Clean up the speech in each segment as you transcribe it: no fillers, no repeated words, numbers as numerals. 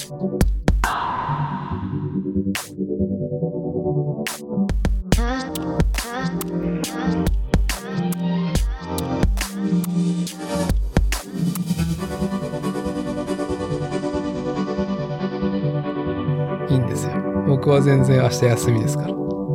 いいんですよ。僕は全然明日休みですから。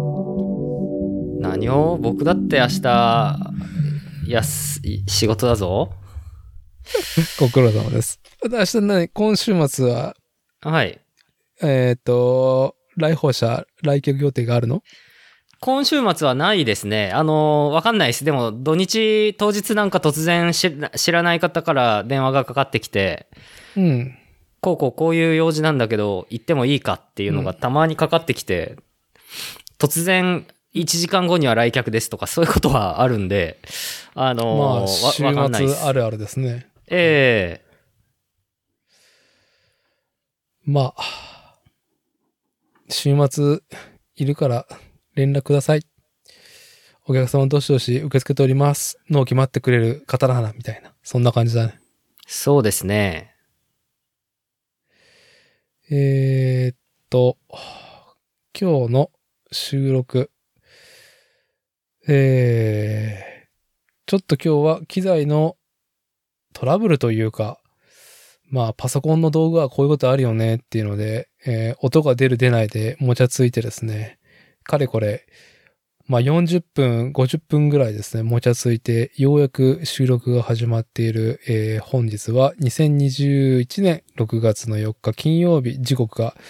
何を？僕だって明日仕事だぞ。 ご苦労様です。明日今週末は、 はい。 来訪者、来客予定があるの？ 今週末はないですね。わかんないです。でも、土日、当日なんか突然知らない方から電話がかかってきて、 うん。 こういう用事なんだけど、行ってもいいかっていうのがたまにかかってきて、突然、1時間後には来客ですとか、そういうことはあるんで、 まあ、週わかんないで末す。 あるあるですね。 ええまあ、週末いるから連絡ください。お客様どしどし受け付けております。納期待ってくれる方ならみたいな。そんな感じだね。 そうですね。 今日の収録。ちょっと今日は機材のトラブルというか、まあパソコンの道具はこういうことあるよねっていうので、音が出る出ないでもちゃついてですね、かれこれ、まあ40分、50分ぐらいですね、もちゃついて、ようやく収録が始まっている、本日は2021年6月の4日金曜日、時刻が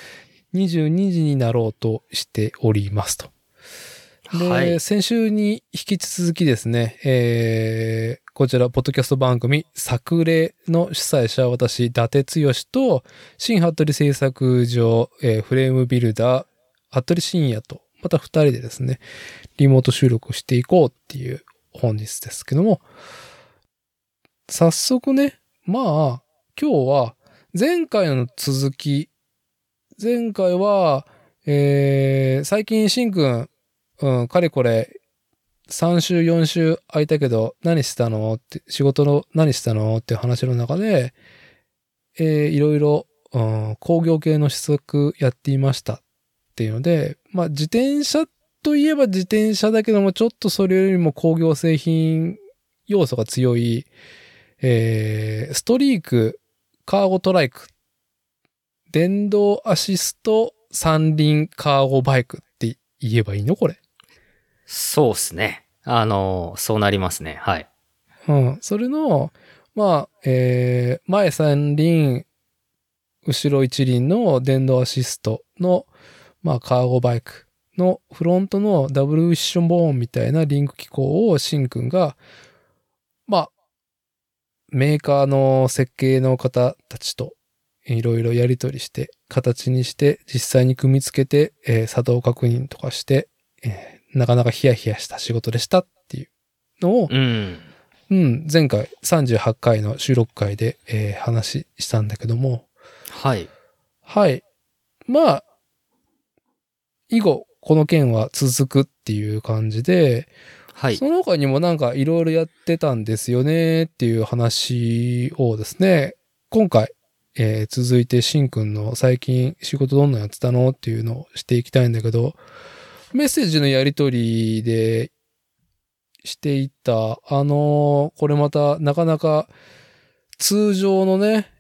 22時になろうとしておりますと。で、 はい。 先週に引き続きですね、こちら、ポッドキャスト番組、作例の主催者、私、伊達剛と、新服部製作所、フレームビルダー、服部深也と、また二人でですね、リモート収録をしていこうっていう本日ですけども、早速ね、まあ、今日は、前回の続き、前回は、最近、しんくん、かれこれ、3週、4週空いたけど、何してたのって、仕事の何してたのっていう話の中で、いろいろ、工業系の施策やっていましたっていうので、まあ、自転車といえば自転車だけども、ちょっとそれよりも工業製品要素が強い、ストリーク、カーゴトライク、電動アシスト三輪カーゴバイクって言えばいいのこれ。 そうっすね。そうなりますね。はい。 うん。それの、まあ、前三輪、後ろ一輪の電動アシストの、まあ、カーゴバイクのフロントのダブルウィッシュボーンみたいなリンク機構をシンくんが、まあ、メーカーの設計の方たちといろいろやり取りして、形にして、実際に組み付けて、作動確認とかして、なかなかヒヤヒヤした仕事でしたっていうのを、 うん。 前回38回の収録会で、話したんだけども、 はい。 はい。まあ、以後、この件は続くっていう感じで、 はい。 その他にもなんかいろいろやってたんですよねっていう話をですね、今回、続いてしんくんの最近仕事どんなやってたのっていうのをしていきたいんだけど、メッセージのやり取りでしていた、これまたなかなか通常のね、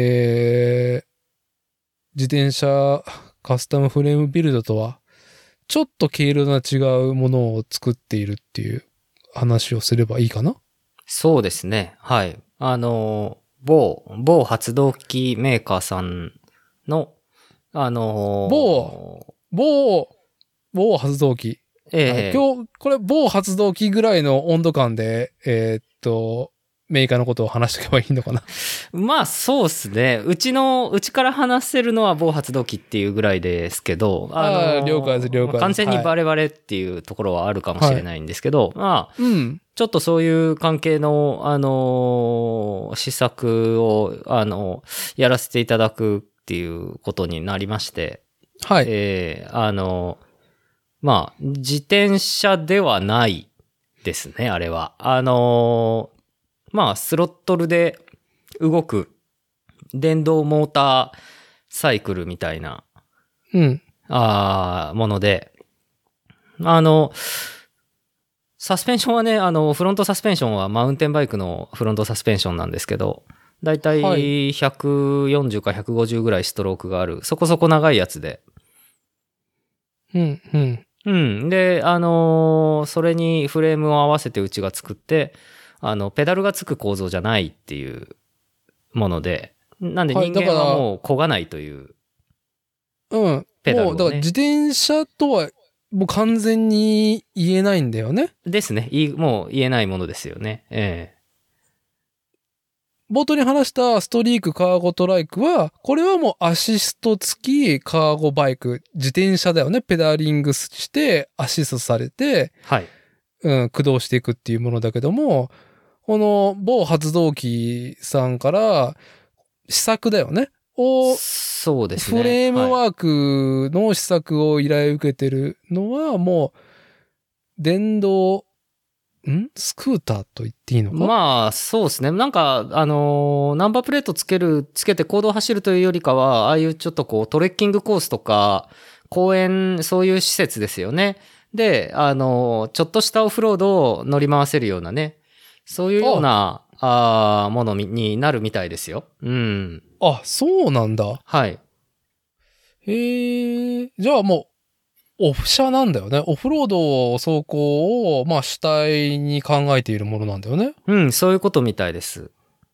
自転車カスタムフレームビルドとは、ちょっと経路の違うものを作っているっていう話をすればいいかな？ そうですね。はい。某発動機メーカーさんの、 某発動機。はい、 ええ今日、これ某発動機ぐらいの温度感で、メーカーのことを話しておけばいいのかな？ まあそうっすね。うちから話せるのは某発動機っていうぐらいですけど、 了解です、了解です。 完全にバレバレっていうところはあるかもしれないんですけど、まあ、ちょっとそういう関係の、施策を、やらせていただくっていうことになりまして、 はい。 まあ、自転車ではないですね、あれは。まあ、スロットルで動く電動モーターサイクルみたいな、 うん。 もので、サスペンションはね、フロントサスペンションはマウンテンバイクのフロントサスペンションなんですけど、だいたい140か150ぐらいストロークがある、そこそこ長いやつで。 うん、うん。 うん。で、それにフレームを合わせてうちが作って、ペダルがつく構造じゃないっていうもので、なんで人間はもう漕がないという。 うん。 ペダルをね。 もう、だから自転車とは、もう完全に言えないんだよね。 ですね。もう言えないものですよね。 冒頭に話したストリークカーゴトライクは、これはもうアシスト付きカーゴバイク、自転車だよね。ペダリングしてアシストされて、 はい。 駆動していくっていうものだけども、この某発動機さんから試作だよね。 そうですね。 フレームワークの試作を依頼受けてるのは、もう、電動、スクーターと言っていいのか？ まあ、そうですね。なんか、ナンバープレートつけて公道走るというよりかは、ああいうちょっとこう、トレッキングコースとか、公園、そういう施設ですよね。で、ちょっとしたオフロードを乗り回せるようなね、そういうような、ものになるみたいですよ。うん。 あ、そうなんだ。 はい。 へえ。じゃあもう、オフ車なんだよね。オフロード走行を、まあ主体に考えているものなんだよね。 うん、そういうことみたいです。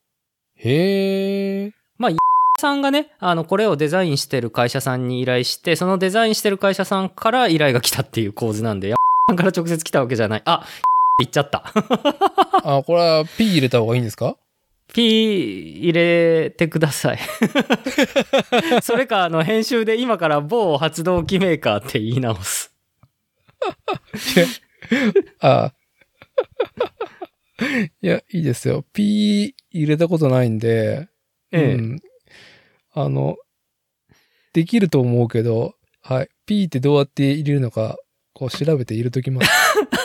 へえ。 まあ、さんがね、これをデザインしてる会社さんに依頼して、そのデザインしてる会社さんから依頼が来たっていう構図なんで、さんから直接来たわけじゃない。言っちゃった。 これは P 入れた方がいいんですか？ P 入れてください。それか、編集で今から某発動機メーカーって言い直す。 いや、いいですよ。P 入れたことないんで、うん。できると思うけど、はい。P ってどうやって入れるのか、こう調べて入れときます。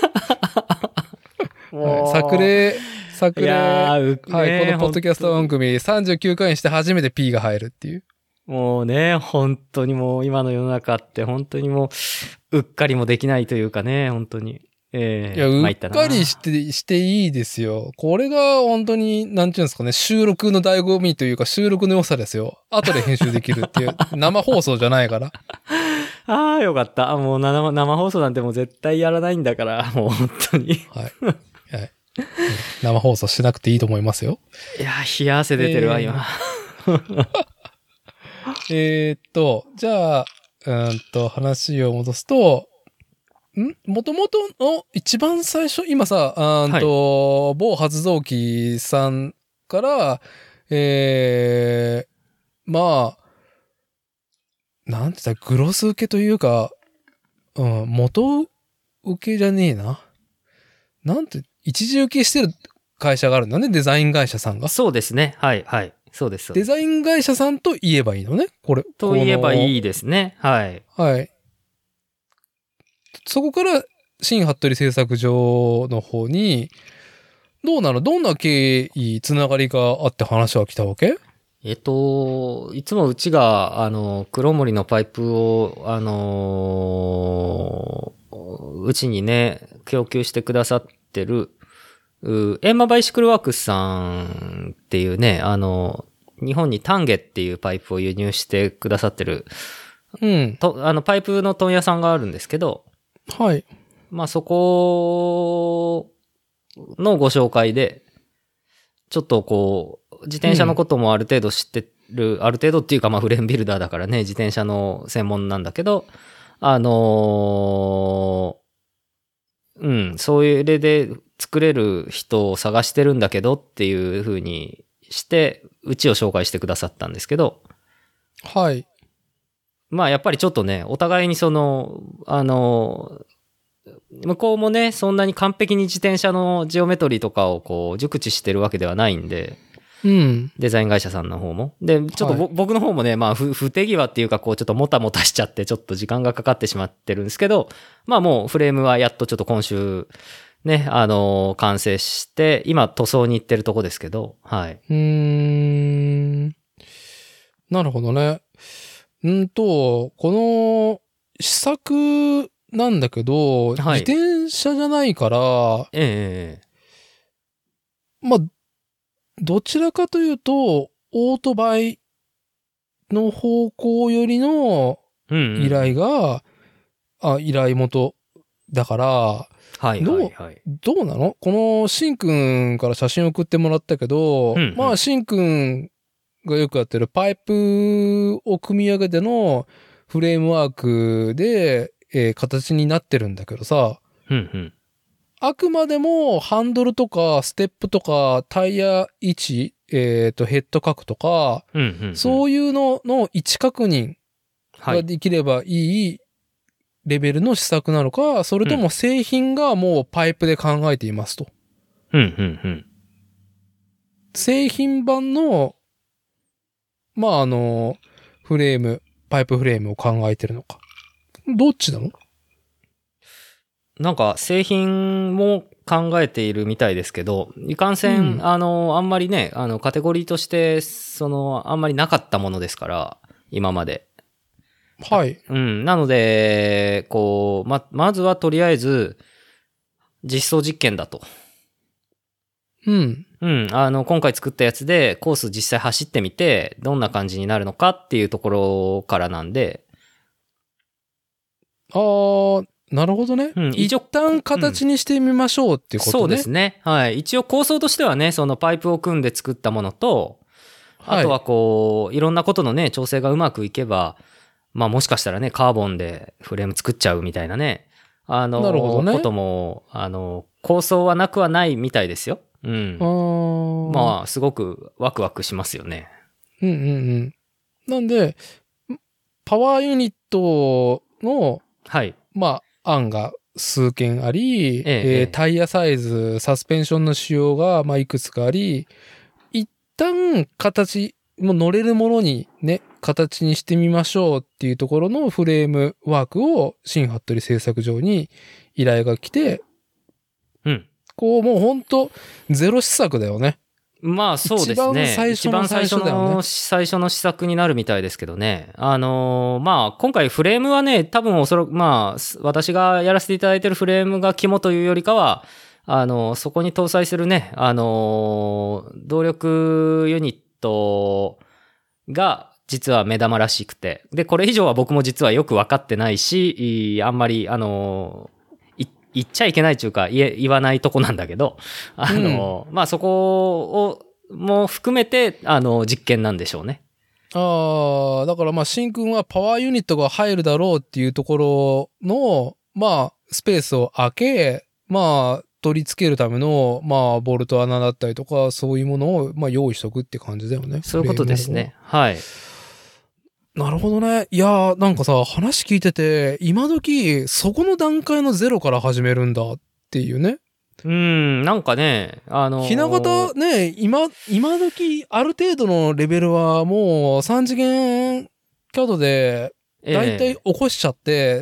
はい、作例、はい、このポッドキャスト番組39回にして初めて P が入るっていう。 もうね、本当にもう今の世の中って本当にもう、うっかりもできないというかね、本当に。 いや、うっかりしていいですよ。これが本当に、なんていうんですかね、収録の醍醐味というか収録の良さですよ。後で編集できるっていう。生放送じゃないから。 ああ、よかった。もう生放送なんてもう絶対やらないんだから、もう本当に。 はい。はい。生放送しなくていいと思いますよ。 いや、冷や汗出てるわ、今。 じゃあ、話を戻すと、もともとの一番最初、今さ、某発動機さんから、まあ、なんて言ったら、グロス受けというか、元受けじゃねえな。一時受けしてる会社があるんだね、デザイン会社さんが。 そうですね。はい、はい。そうです。 デザイン会社さんと言えばいいのね、これ。 と言えばいいですね。はい。 はい。そこから、新服部製作所の方に、どんな経緯、つながりがあって話が来たわけ？ いつもうちが、黒森のパイプを、うちにね、供給してくださってる、エンマバイシクルワークスさんっていうね、日本に丹下っていうパイプを輸入してくださってる、パイプの問屋さんがあるんですけど、 はい。 まあそこのご紹介で、ちょっとこう、自転車のこともある程度知ってる、ある程度っていうかまあフレームビルダーだからね、自転車の専門なんだけど、そういう例で作れる人を探してるんだけどっていう風にして、うちを紹介してくださったんですけど。 はい。 まあやっぱりちょっとね、お互いに向こうもね、そんなに完璧に自転車のジオメトリーとかをこう熟知してるわけではないんで、デザイン会社さんの方も。で、ちょっと僕の方もね、まあ不手際っていうかこうちょっともたもたしちゃってちょっと時間がかかってしまってるんですけど、まあもうフレームはやっとちょっと今週ね、完成して、今塗装に行ってるとこですけど、はい。 なるほどね。この試作なんだけど、 はい、 自転車じゃないから、まあ、どちらかというと、オートバイの方向よりの依頼が、依頼元だから、 はいはいはい。 どうなの？このシンくんから写真送ってもらったけど、まあシンくんがよくやってるパイプを組み上げてのフレームワークで、形になってるんだけどさ、あくまでもハンドルとかステップとかタイヤ位置、ヘッド角とか、そういうのの位置確認ができればいいレベルの施策なのか、それとも製品がもうパイプで考えていますと。製品版の、まあフレーム、パイプフレームを考えてるのか。どっちなの？ なんか製品も考えているみたいですけど、いかんせん、あんまりね、カテゴリーとして、あんまりなかったものですから、今まで。 はい。 なので、まずはとりあえず、実装実験だと。今回作ったやつで、コース実際走ってみて、どんな感じになるのかっていうところからなんで。 なるほどね。一旦形にしてみましょうっていうことね。 そうですね。はい。一応構想としてはね、そのパイプを組んで作ったものと、あとはいろんなことのね、調整がうまくいけば、まあもしかしたらね、カーボンでフレーム作っちゃうみたいなね。 なるほどね。 ことも、構想はなくはないみたいですよ。まあ、すごくワクワクしますよね。 なんで、パワーユニットの、 はい。 まあ、案が数件あり、タイヤサイズ、サスペンションの仕様が、まあ、いくつかあり、一旦もう乗れるものにね、形にしてみましょうっていうところのフレームワークを新服部製作所に依頼が来て、もうほんとゼロ試作だよね。 まあそうですね。一番最初の試作になるみたいですけどね。まあ今回フレームはね、多分おそらく、まあ私がやらせていただいてるフレームが肝というよりかは、そこに搭載するね、動力ユニットが実は目玉らしくて。で、これ以上は僕も実はよく分かってないし、あんまり、言っちゃいけないというか言わないとこなんだけど、まあそこをも含めて、実験なんでしょうね。 だからまあ、シンくんはパワーユニットが入るだろうっていうところの、まあ、スペースを空け、まあ、取り付けるための、まあ、ボルト穴だったりとか、そういうものを、まあ、用意しとくって感じだよね。 そういうことですね。はい。 なるほどね。いやー、なんかさ、話聞いてて、今時、そこの段階のゼロから始めるんだっていうね。 なんかね、 ひな形ね、今時、ある程度のレベルはもう3次元キャドで、だいたい起こしちゃって、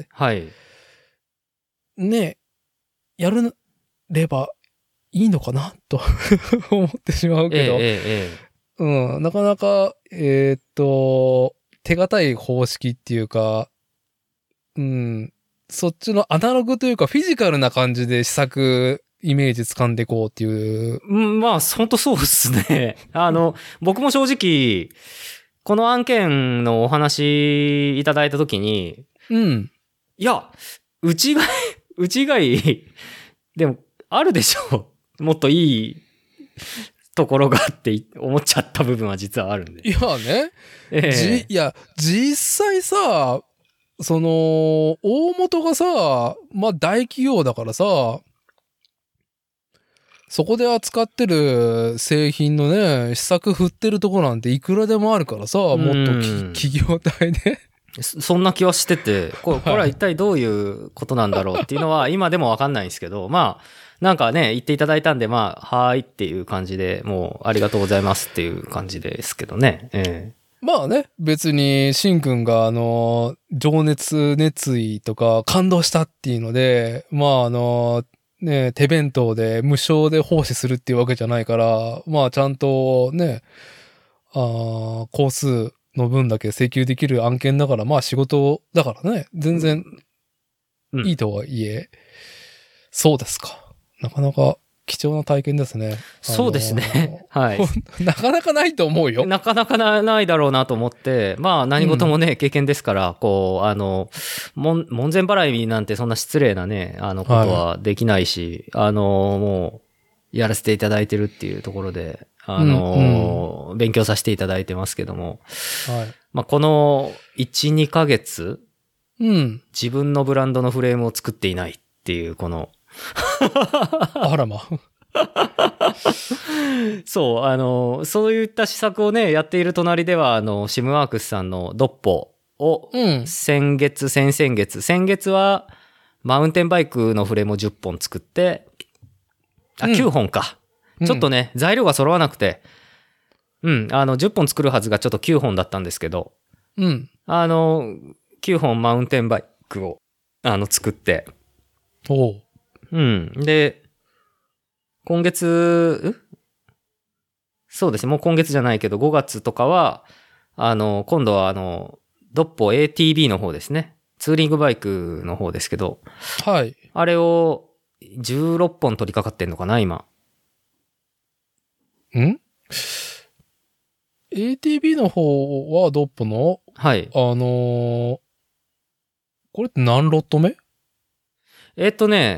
はい。 ね、やればいいのかなと思ってしまうけど、なかなか、手堅い方式っていうか、そっちのアナログというかフィジカルな感じで試作イメージ掴んでいこうっていう。 まあ、ほんとそうですね。僕も正直、この案件のお話いただいたときに、いや、うちがい、でも、あるでしょう。もっといいところがって思っちゃった部分は実はあるんで。 いやね。いや、実際さ、大元がさ、まあ大企業だからさ、そこで扱ってる製品のね、試作振ってるとこなんていくらでもあるからさ、もっと企業体で。 そんな気はしてて、これは一体どういうことなんだろうっていうのは今でもわかんないんですけど、まあ、なんかね、言っていただいたんで、まあ、はーいっていう感じで、もうありがとうございますっていう感じですけどね。 まあね、別に、しんくんが情熱意とか感動したっていうので、まあね、手弁当で無償で奉仕するっていうわけじゃないから、まあちゃんとね、工数の分だけ請求できる案件だから、まあ仕事だからね、全然いいとはいえ、そうですか。なかなか貴重な体験ですね。 そうですね。はい。 なかなかないと思うよ。 なかなかないだろうなと思って、まあ何事もね、経験ですから、こう、門前払いなんてそんな失礼なね、ことはできないし、もう、やらせていただいてるっていうところで、勉強させていただいてますけども、はい。まあこの1、2ヶ月、自分のブランドのフレームを作っていないっていう、このあらま。 そう、そういった施策をね、やっている隣では、シムワークスさんのドッポを、先月は、マウンテンバイクのフレームを10本作って、9本か。ちょっとね、材料が揃わなくて、10本作るはずがちょっと9本だったんですけど、9本マウンテンバイクを、作って、で、今月、そうですね、もう今月じゃないけど、5月とかは、今度はドッポ ATB の方ですね。ツーリングバイクの方ですけど、 はい。 あれを16本取り掛かってんのかな、今。 ATB の方はドッポの、 はい。 これって何ロット目？ ド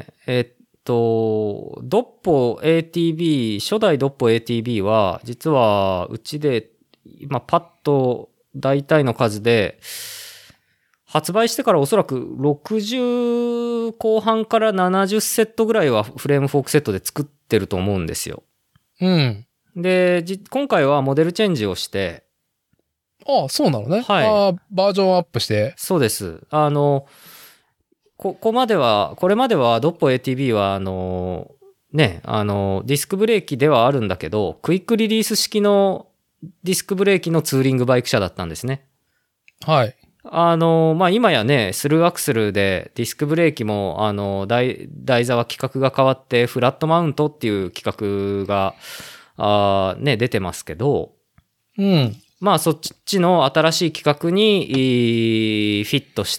ッポ ATB、初代ドッポ ATB は、実は、うちで、今パッと大体の数で、発売してからおそらく60後半から70セットぐらいはフレームフォークセットで作ってると思うんですよ。で、今回はモデルチェンジをして、 ああ、そうなのね。 はい。 バージョンアップして。 そうです。これまではドッポ ATB はディスクブレーキではあるんだけど、クイックリリース式のディスクブレーキのツーリングバイク車だったんですね。 はい。 今やね、スルーアクセルでディスクブレーキも、台座は規格が変わって、フラットマウントっていう規格が、出てますけど、まあそっちの新しい規格にフィット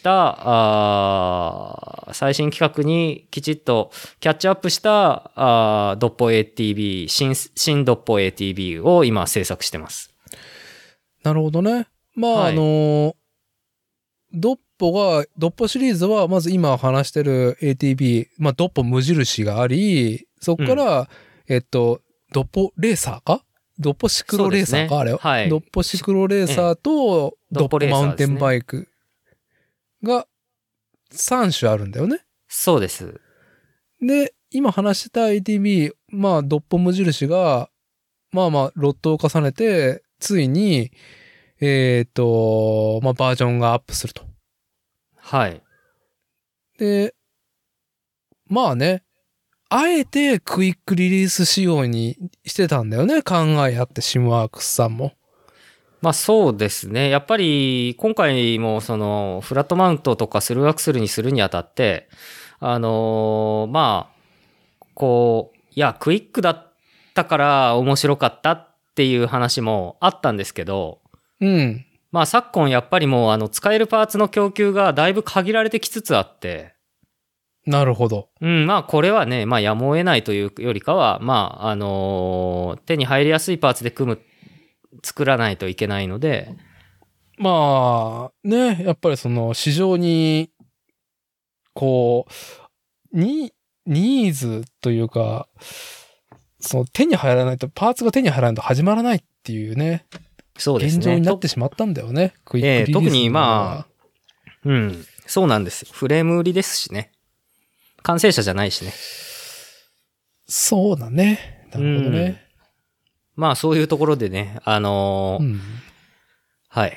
した最新規格にきちっとキャッチアップしたドッポ ATB 新ドッポ ATB を今制作してます。 なるほどね。まあ、はい、ドッポシリーズはまず今話してる ATB、まあドッポ無印があり、そこから、ドッポレーサーか？ドッポシクロレーサーか、ね、あれは。はい。ドッポシクロレーサーと、ドッポマウンテンバイクが3種あるんだよね。 そうです。 で、今話してた ATB、まあ、ドッポ無印が、まあまあ、ロットを重ねて、ついに、まあ、バージョンがアップすると。 はい。 で、まあね、あえてクイックリリース仕様にしてたんだよね。考えあってシムワークスさんも。 まあそうですね。やっぱり今回もそのフラットマウントとかスルーアクセルにするにあたって、まあ、こう、いや、クイックだったから面白かったっていう話もあったんですけど、まあ昨今やっぱりもう使えるパーツの供給がだいぶ限られてきつつあって、 なるほど。 まあこれはね、まあやむを得ないというよりかは、まあ手に入りやすいパーツで作らないといけないので。 まあ、ね、やっぱりその市場に、こう、ニーズというか、その手に入らないと、パーツが手に入らないと始まらないっていうね。 そうですね。 現状になってしまったんだよね。クイックリリース特にまあ、そうなんです。フレーム売りですしね。完成車じゃないしね。 そうだね。なるほどね。 まあそういうところでね、はい。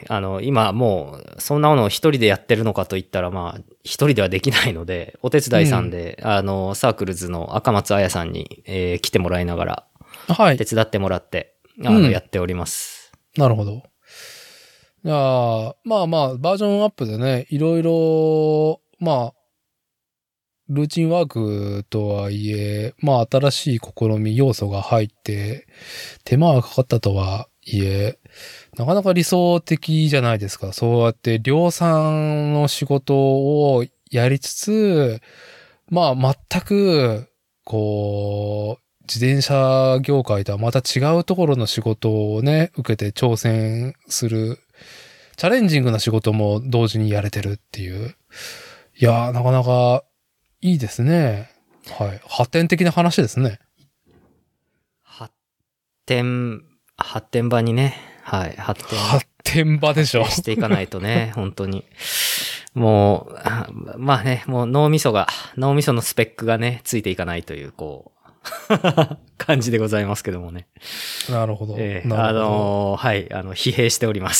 今もう、そんなものを一人でやってるのかと言ったら、まあ、一人ではできないので、お手伝いさんで、サークルズの赤松彩さんに、来てもらいながら、はい。手伝ってもらって、やっております。 なるほど。じゃあ、まあまあ、バージョンアップでね、いろいろ、まあ、ルーチンワークとはいえ、まあ新しい試み要素が入って、手間がかかったとはいえ、なかなか理想的じゃないですか。そうやって量産の仕事をやりつつ、まあ全く、こう、自転車業界とはまた違うところの仕事をね、受けて挑戦する、チャレンジングな仕事も同時にやれてるっていう。いやー、なかなかいいですね。はい。発展的な話ですね。 発展場にね、はい、発展場でしょ。 していかないとね、本当に。もう、まあね、もう脳みそのスペックがね、ついていかないという、こう、感じでございますけどもね。 なるほど。はい、 疲弊しております。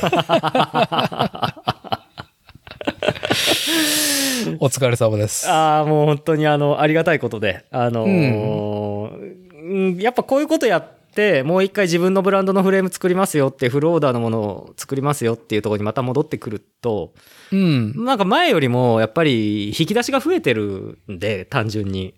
お疲れ様です。 もう本当にありがたいことで、やっぱこういうことやって、もう一回自分のブランドのフレーム作りますよって、フルオーダーのものを作りますよっていうところにまた戻ってくると、なんか前よりもやっぱり引き出しが増えてるんで、単純に。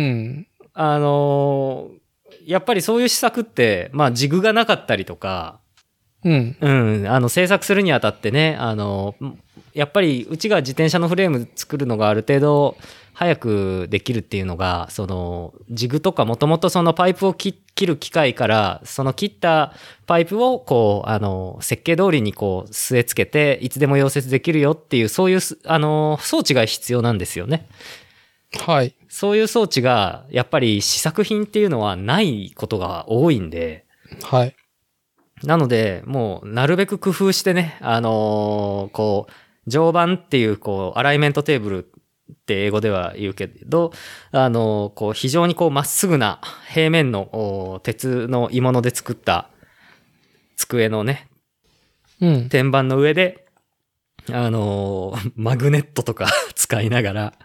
やっぱりそういう施策って、まあ、ジグがなかったりとか、制作するにあたってね、やっぱりうちが自転車のフレーム作るのがある程度早くできるっていうのが、そのジグとかもともとそのパイプを切る機械から、その切ったパイプをこう、設計通りにこう据え付けて、いつでも溶接できるよっていう、そういう、装置が必要なんですよね。 はい。 そういう装置が、やっぱり試作品っていうのはないことが多いんで。 はい。 なので、もう、なるべく工夫してね、こう、常磐っていう、こう、アライメントテーブルって英語では言うけど、こう、非常にこう、まっすぐな平面の鉄の鋳物で作った机のね、天板の上で、マグネットとか使いながら、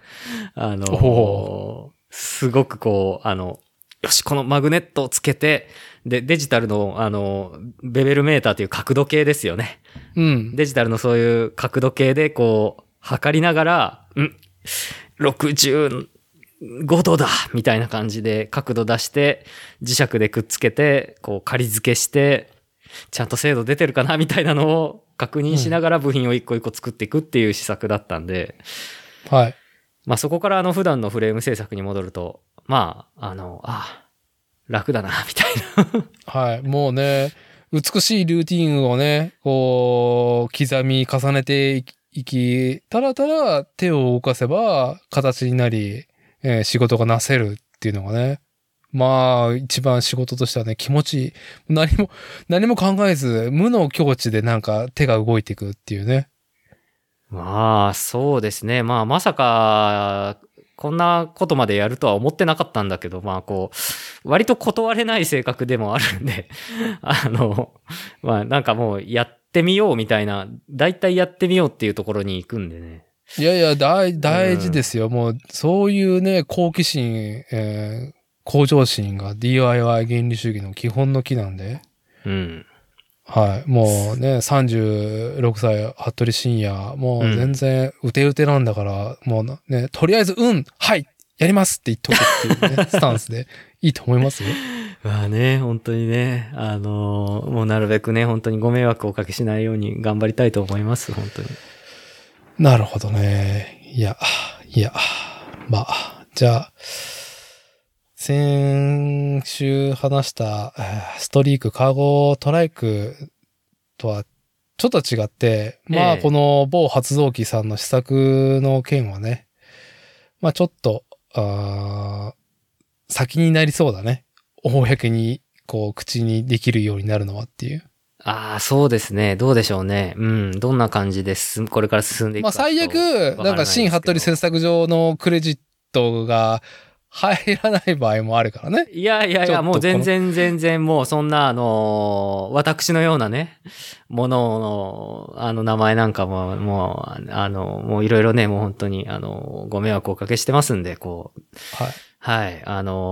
すごくこう、よし、このマグネットをつけて、で、デジタルの、ベベルメーターという角度計ですよね。デジタルのそういう角度計で、こう、測りながら、65度だみたいな感じで角度出して、磁石でくっつけて、こう、仮付けして、ちゃんと精度出てるかなみたいなのを確認しながら部品を一個一個作っていくっていう施策だったんで、 はい。 まあそこから普段のフレーム制作に戻ると、まあ、楽だな、みたいな。 はい。もうね、美しいルーティンをね、こう、刻み重ねていき、たらたら手を動かせば形になり、仕事がなせるっていうのがね、まあ、一番仕事としてはね、気持ちいい。何も考えず、無の境地でなんか手が動いていくっていうね。 まあ、そうですね。まあ、まさか、こんなことまでやるとは思ってなかったんだけど、まあ、こう、割と断れない性格でもあるんで、まあ、なんかもう、やってみようみたいな、だいたいやってみようっていうところに行くんでね。 いやいや、大事ですよ。もう、そういうね、好奇心、向上心が DIY 原理主義の基本の木なんで。はい。もうね、36歳、服部深夜、もう全然、うてうてなんだから、もうね、とりあえず、はいやりますって言っとくっていうね、スタンスでいいと思いますよ。 まあね、本当にね、もうなるべくね、本当にご迷惑をおかけしないように頑張りたいと思います、本当に。 なるほどね。いや、まあ、じゃあ、先週話したストリークカーゴトライクとはちょっと違って、まあこの某発動機さんの試作の件はね、まあちょっと、先になりそうだね。公にこう口にできるようになるのはっていう。 そうですね。どうでしょうね。どんな感じでこれから進んでいくか。 まあ最悪、なんか新服部製作上のクレジットが入らない場合もあるからね。 いや、もう全然もうそんな私のようなね、ものの、名前なんかも、もういろいろね、もう本当に、ご迷惑をおかけしてますんで、こう。はい。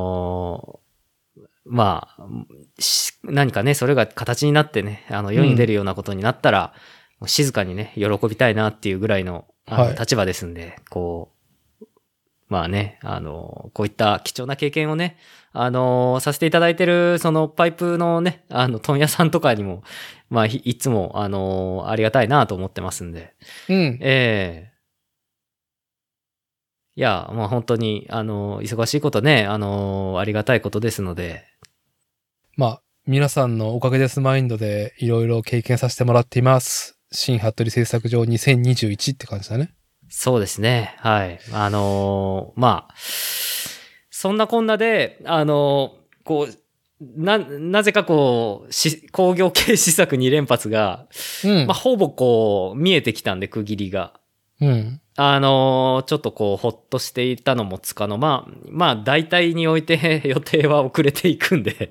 まあ、何かね、それが形になってね、世に出るようなことになったら、静かにね、喜びたいなっていうぐらいの、立場ですんで、こう、 まあね、こういった貴重な経験をね、させていただいてる、そのパイプのね、問屋さんとかにも、まあ、いつも、ありがたいなと思ってますんで。 うん。 いや、まあ本当に、忙しいことね、ありがたいことですので。 まあ、皆さんのおかげですマインドでいろいろ経験させてもらっています。新服部製作所2021って感じだね。 そうですね。はい。まあ、そんなこんなで、こう、なぜかこう、工業系施策2連発が、まあ、ほぼこう、見えてきたんで、区切りが。 うん。 ちょっとこう、ほっとしていたのもつかの、まあ、大体において予定は遅れていくんで、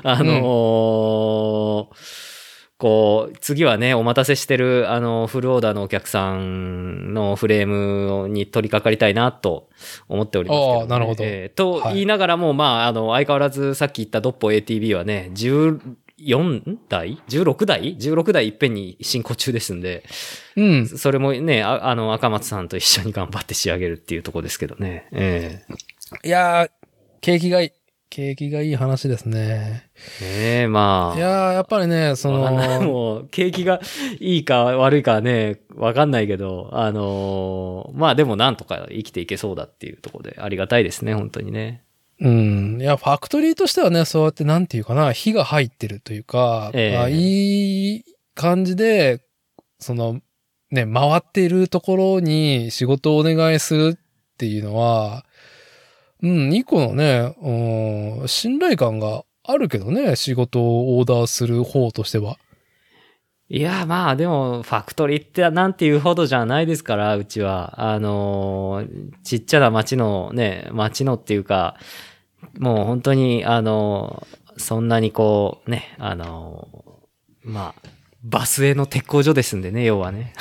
こう、次はね、お待たせしてる、フルオーダーのお客さんのフレームに取り掛かりたいなと思っておりますけど、ね。 ああ、なるほど。 と言いながらも、まあ、相変わらずさっき言ったドッポ ATB はね、14台 ?16 台 ?16 台いっぺんに進行中ですんで、 うん。 それもね、赤松さんと一緒に頑張って仕上げるっていうところですけどね。 いやー、景気がいい。景気がいい話ですね。 まあ。 いやー、やっぱりね、 もう、景気がいいか悪いかはね、わかんないけど、まあでもなんとか生きていけそうだっていうところでありがたいですね、本当にね。 うん。いや、ファクトリーとしてはね、そうやってなんていうかな、火が入ってるというか、いい感じで、ね、回っているところに仕事をお願いするっていうのは、一個のね、信頼感があるけどね、仕事をオーダーする方としては。 いや、まあでも、ファクトリーってなんていうほどじゃないですから、うちは。ちっちゃな町のっていうか、もう本当に、そんなにこう、ね、まあ、バスへの鉄工所ですんでね、要はね。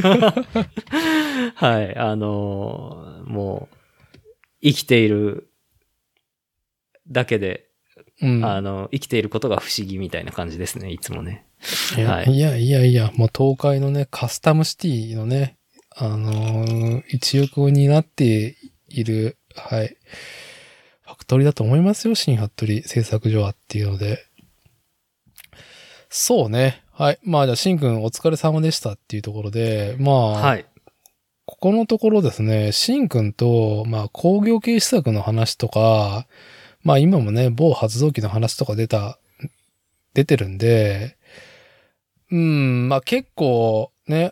はい、もう、生きているだけで、生きていることが不思議みたいな感じですね、いつもね。 いや、もう東海のね、カスタムシティのね、一翼を担っている、はい、ファクトリーだと思いますよ、新服部製作所はっていうので。そうね。はい。まあじゃあ、シンくんお疲れ様でしたっていうところで、まあ、 はい。 ここのところですね、シンくんと、まあ工業系施策の話とか、まあ今もね、某発動機の話とか出てるんで、まあ結構ね、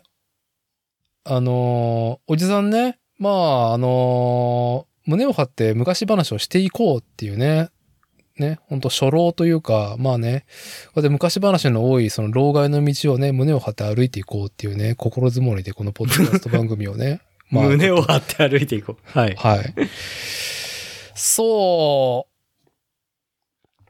おじさんね、まあ胸を張って昔話をしていこうっていうね、ほんと初老というか、まあね、こうやって昔話の多いその老害の道をね、胸を張って歩いていこうっていうね、心づもりでこのポッドキャスト番組をね、 まあ、胸を張って歩いていこう。はい。 はい。そう。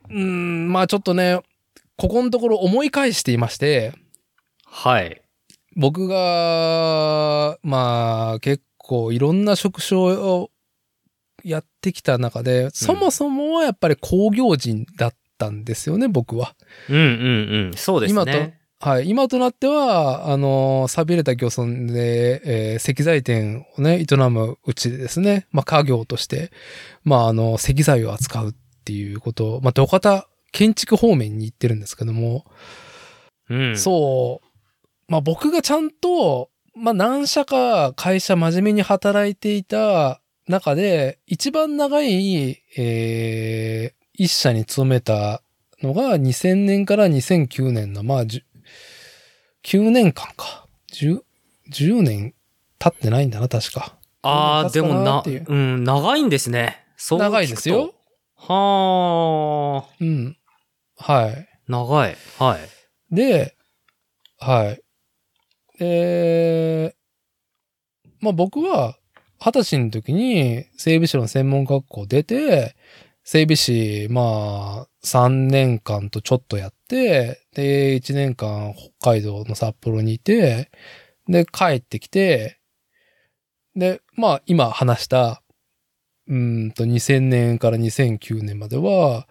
まあちょっとね、ここのところ思い返していまして、 はい。 僕が、まあ結構いろんな職種をやってきた中で、そもそもはやっぱり工業人だったんですよね、僕は。 そうですね。 今となっては、寂れた漁村で、石材店をね、営むうちでですね、まあ家業として、まあ石材を扱うっていうことを、まあ土方建築方面に行ってるんですけども、そう、まあ僕がちゃんと、まあ何社か会社真面目に働いていた中で、一番長い、一社に勤めたのが2000年から2009年の、まあ、9年間か。10年経ってないんだな、確か。 ああ、でも長いんですね。そう長いですよ。 はあ。 はい。 長い。はい。 で、はい。まあ僕は、20歳の時に整備士の専門学校出て、整備士、まあ、3年間とちょっとやって、で、1年間北海道の札幌にいて、で、帰ってきて、で、まあ、今話した、2000年から2009年までは、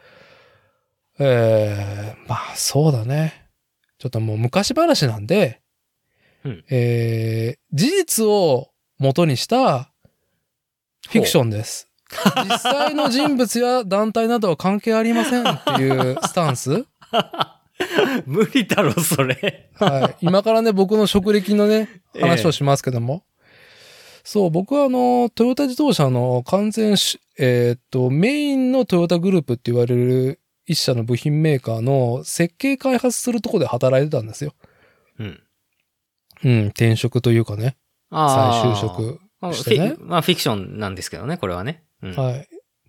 まあ、そうだね。ちょっともう昔話なんで、事実を元にしたフィクションです。実際の人物や団体などは関係ありませんっていうスタンス。 無理だろ、それ。 はい。今からね、僕の職歴のね、話をしますけども。そう、僕はトヨタ自動車の完全メインのトヨタグループって言われる一社の部品メーカーの設計開発するとこで働いてたんですよ。うん。うん、転職というかね。再就職してね。 まあフィクションなんですけどね、これはね。 うん、はい。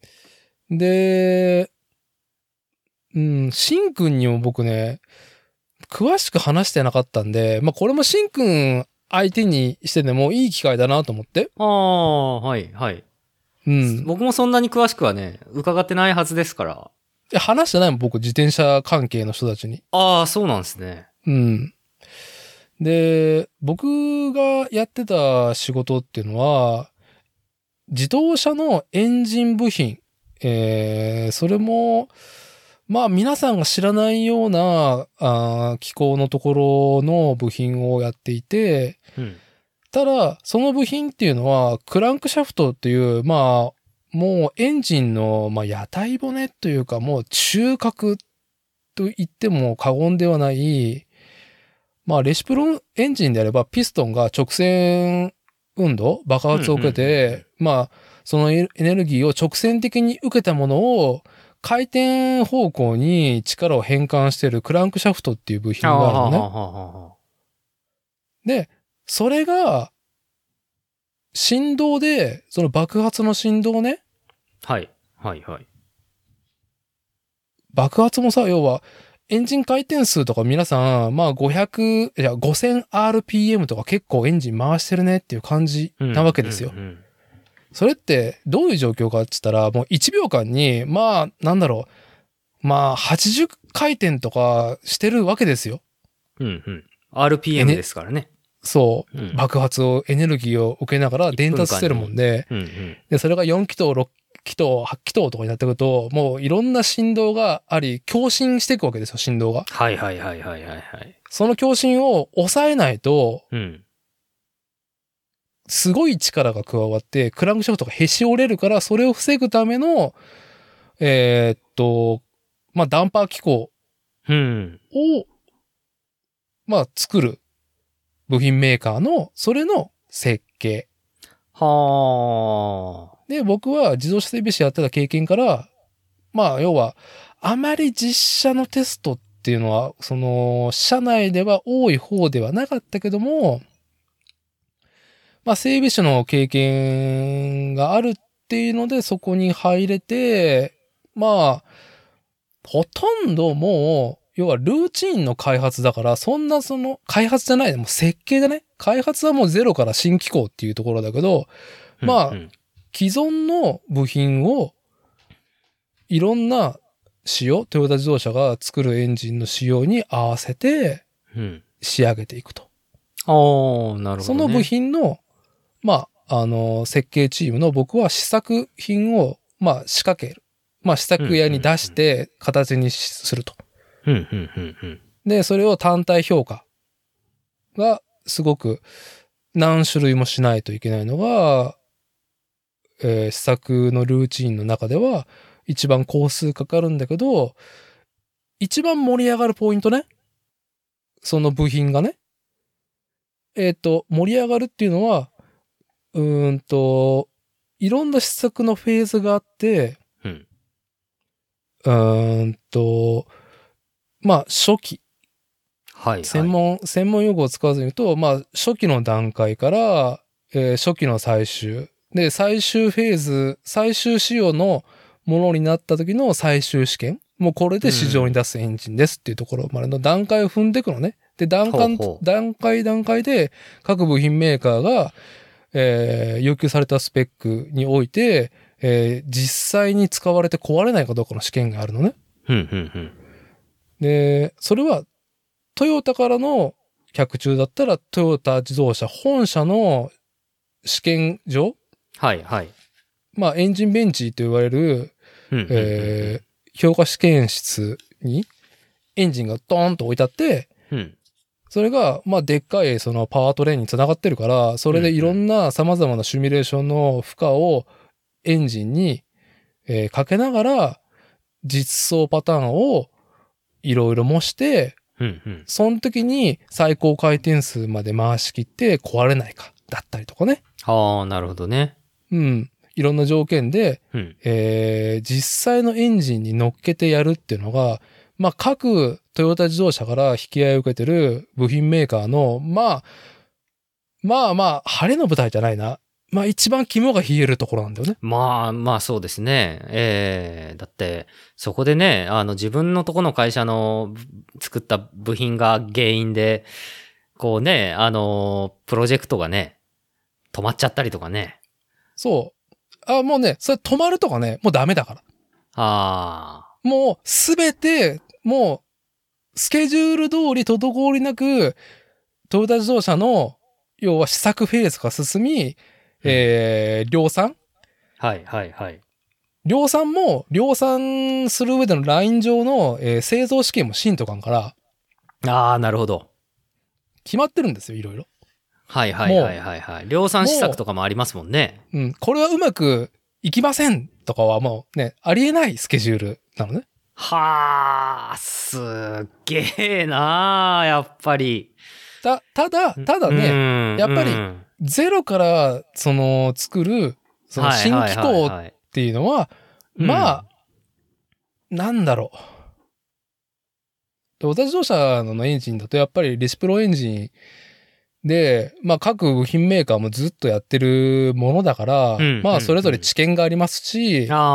で、うん、シンくんにも僕ね、詳しく話してなかったんで、まあこれもシンくん相手にしてでもいい機会だなと思って。 ああ、はい、はい。うん。僕もそんなに詳しくはね、伺ってないはずですから。 話してないもん、僕、自転車関係の人たちに。 ああ、そうなんですね。 うん。で、僕がやってた仕事っていうのは、自動車のエンジン部品、それも、まあ皆さんが知らないような機構のところの部品をやっていて、うん、ただ、その部品っていうのは、クランクシャフトっていう、まあ、もうエンジンの、まあ、屋台骨というか、もう中核と言っても過言ではない、まあ、レシプロンエンジンであれば、ピストンが直線運動、爆発を受けて、まあ、そのエネルギーを直線的に受けたものを、回転方向に力を変換しているクランクシャフトっていう部品があるのね。で、それが、振動で、その爆発の振動ね。 はい。はいはい。 爆発もさ、要は、エンジン回転数とか皆さん、まあ5000rpm とか結構エンジン回してるねっていう感じなわけですよ。それってどういう状況かって言ったら、もう1秒間に、まあ、なんだろう。まあ、80回転とかしてるわけですよ。 うんうん。RPM ですからね。 そう、爆発を、エネルギーを受けながら伝達してるもんで、で、それが4気筒、6気筒、8気筒とかになってくると、もういろんな振動があり、共振していくわけですよ、振動が。 はいはいはいはいはい。 その共振を抑えないと、すごい力が加わって、クランクシャフトがへし折れるから、それを防ぐための、まあ、ダンパー機構を、まあ、作る部品メーカーの、それの設計。 はあ。 で、僕は自動車整備士やってた経験から、まあ、要は、あまり実車のテストっていうのは、その、社内では多い方ではなかったけども、まあ、整備士の経験があるっていうので、そこに入れて、まあ、ほとんどもう、要はルーチンの開発だから、そんな開発じゃない、もう設計だね。開発はもうゼロから新機構っていうところだけど、まあ、既存の部品を、いろんな仕様、トヨタ自動車が作るエンジンの仕様に合わせて、仕上げていくと。 ああ、なるほど、ね。 その部品の、まあ、設計チームの僕は試作品を、まあ、仕掛ける。まあ、試作屋に出して、形にすると。で、それを単体評価が、すごく、何種類もしないといけないのが、試作のルーチンの中では、一番工数かかるんだけど、一番盛り上がるポイントね。その部品がね。盛り上がるっていうのは、いろんな試作のフェーズがあって、まあ、初期。 はい、はい。 専門用語を使わずに言うと、まあ、初期の段階から、初期の最終。で、最終フェーズ、最終仕様のものになった時の最終試験。もうこれで市場に出すエンジンですっていうところまでの段階を踏んでいくのね。で、段階で各部品メーカーが、要求されたスペックにおいて、実際に使われて壊れないかどうかの試験があるのね。で、それはトヨタからの客中だったらトヨタ自動車本社の試験場、 はいはい。 まあエンジンベンチと言われる、評価試験室にエンジンがドーンと置いてあって、それが、まあ、でっかい、そのパワートレーンにつながってるから、それでいろんな様々なシミュレーションの負荷を、 エンジンに、かけながら、実装パターンをいろいろ模して、その時に最高回転数まで回し切って壊れないか、だったりとかね。 ああ、なるほどね。 いろんな条件で、実際のエンジンに乗っけてやるっていうのが、まあ、各トヨタ自動車から引き合いを受けてる部品メーカーの、まあ、晴れの舞台じゃないな。まあ一番肝が冷えるところなんだよね。 まあそうですね。だって、そこでね、自分のとこの会社の作った部品が原因で、こうね、プロジェクトがね、止まっちゃったりとかね。 そう。もうね、それ止まるとかね、もうダメだから。もうすべて、もう、スケジュール通り滞りなく、トヨタ自動車の、要は試作フェーズが進み、量産量産も、量産する上でのライン上の、製造試験もしんとかんから。 なるほど。 決まってるんですよ、いろいろ。 はい。量産施策とかもありますもんね。 これはうまくいきませんとかはもうね、ありえないスケジュールなのね。 すっげえなー、やっぱり。 ただね、やっぱり、ゼロから作るその新機構っていうのは、まあ、なんだろう。トヨタ自動車のエンジンだとやっぱりレシプロエンジンで、まあ各部品メーカーもずっとやってるものだから、まあそれぞれ知見がありますし、ど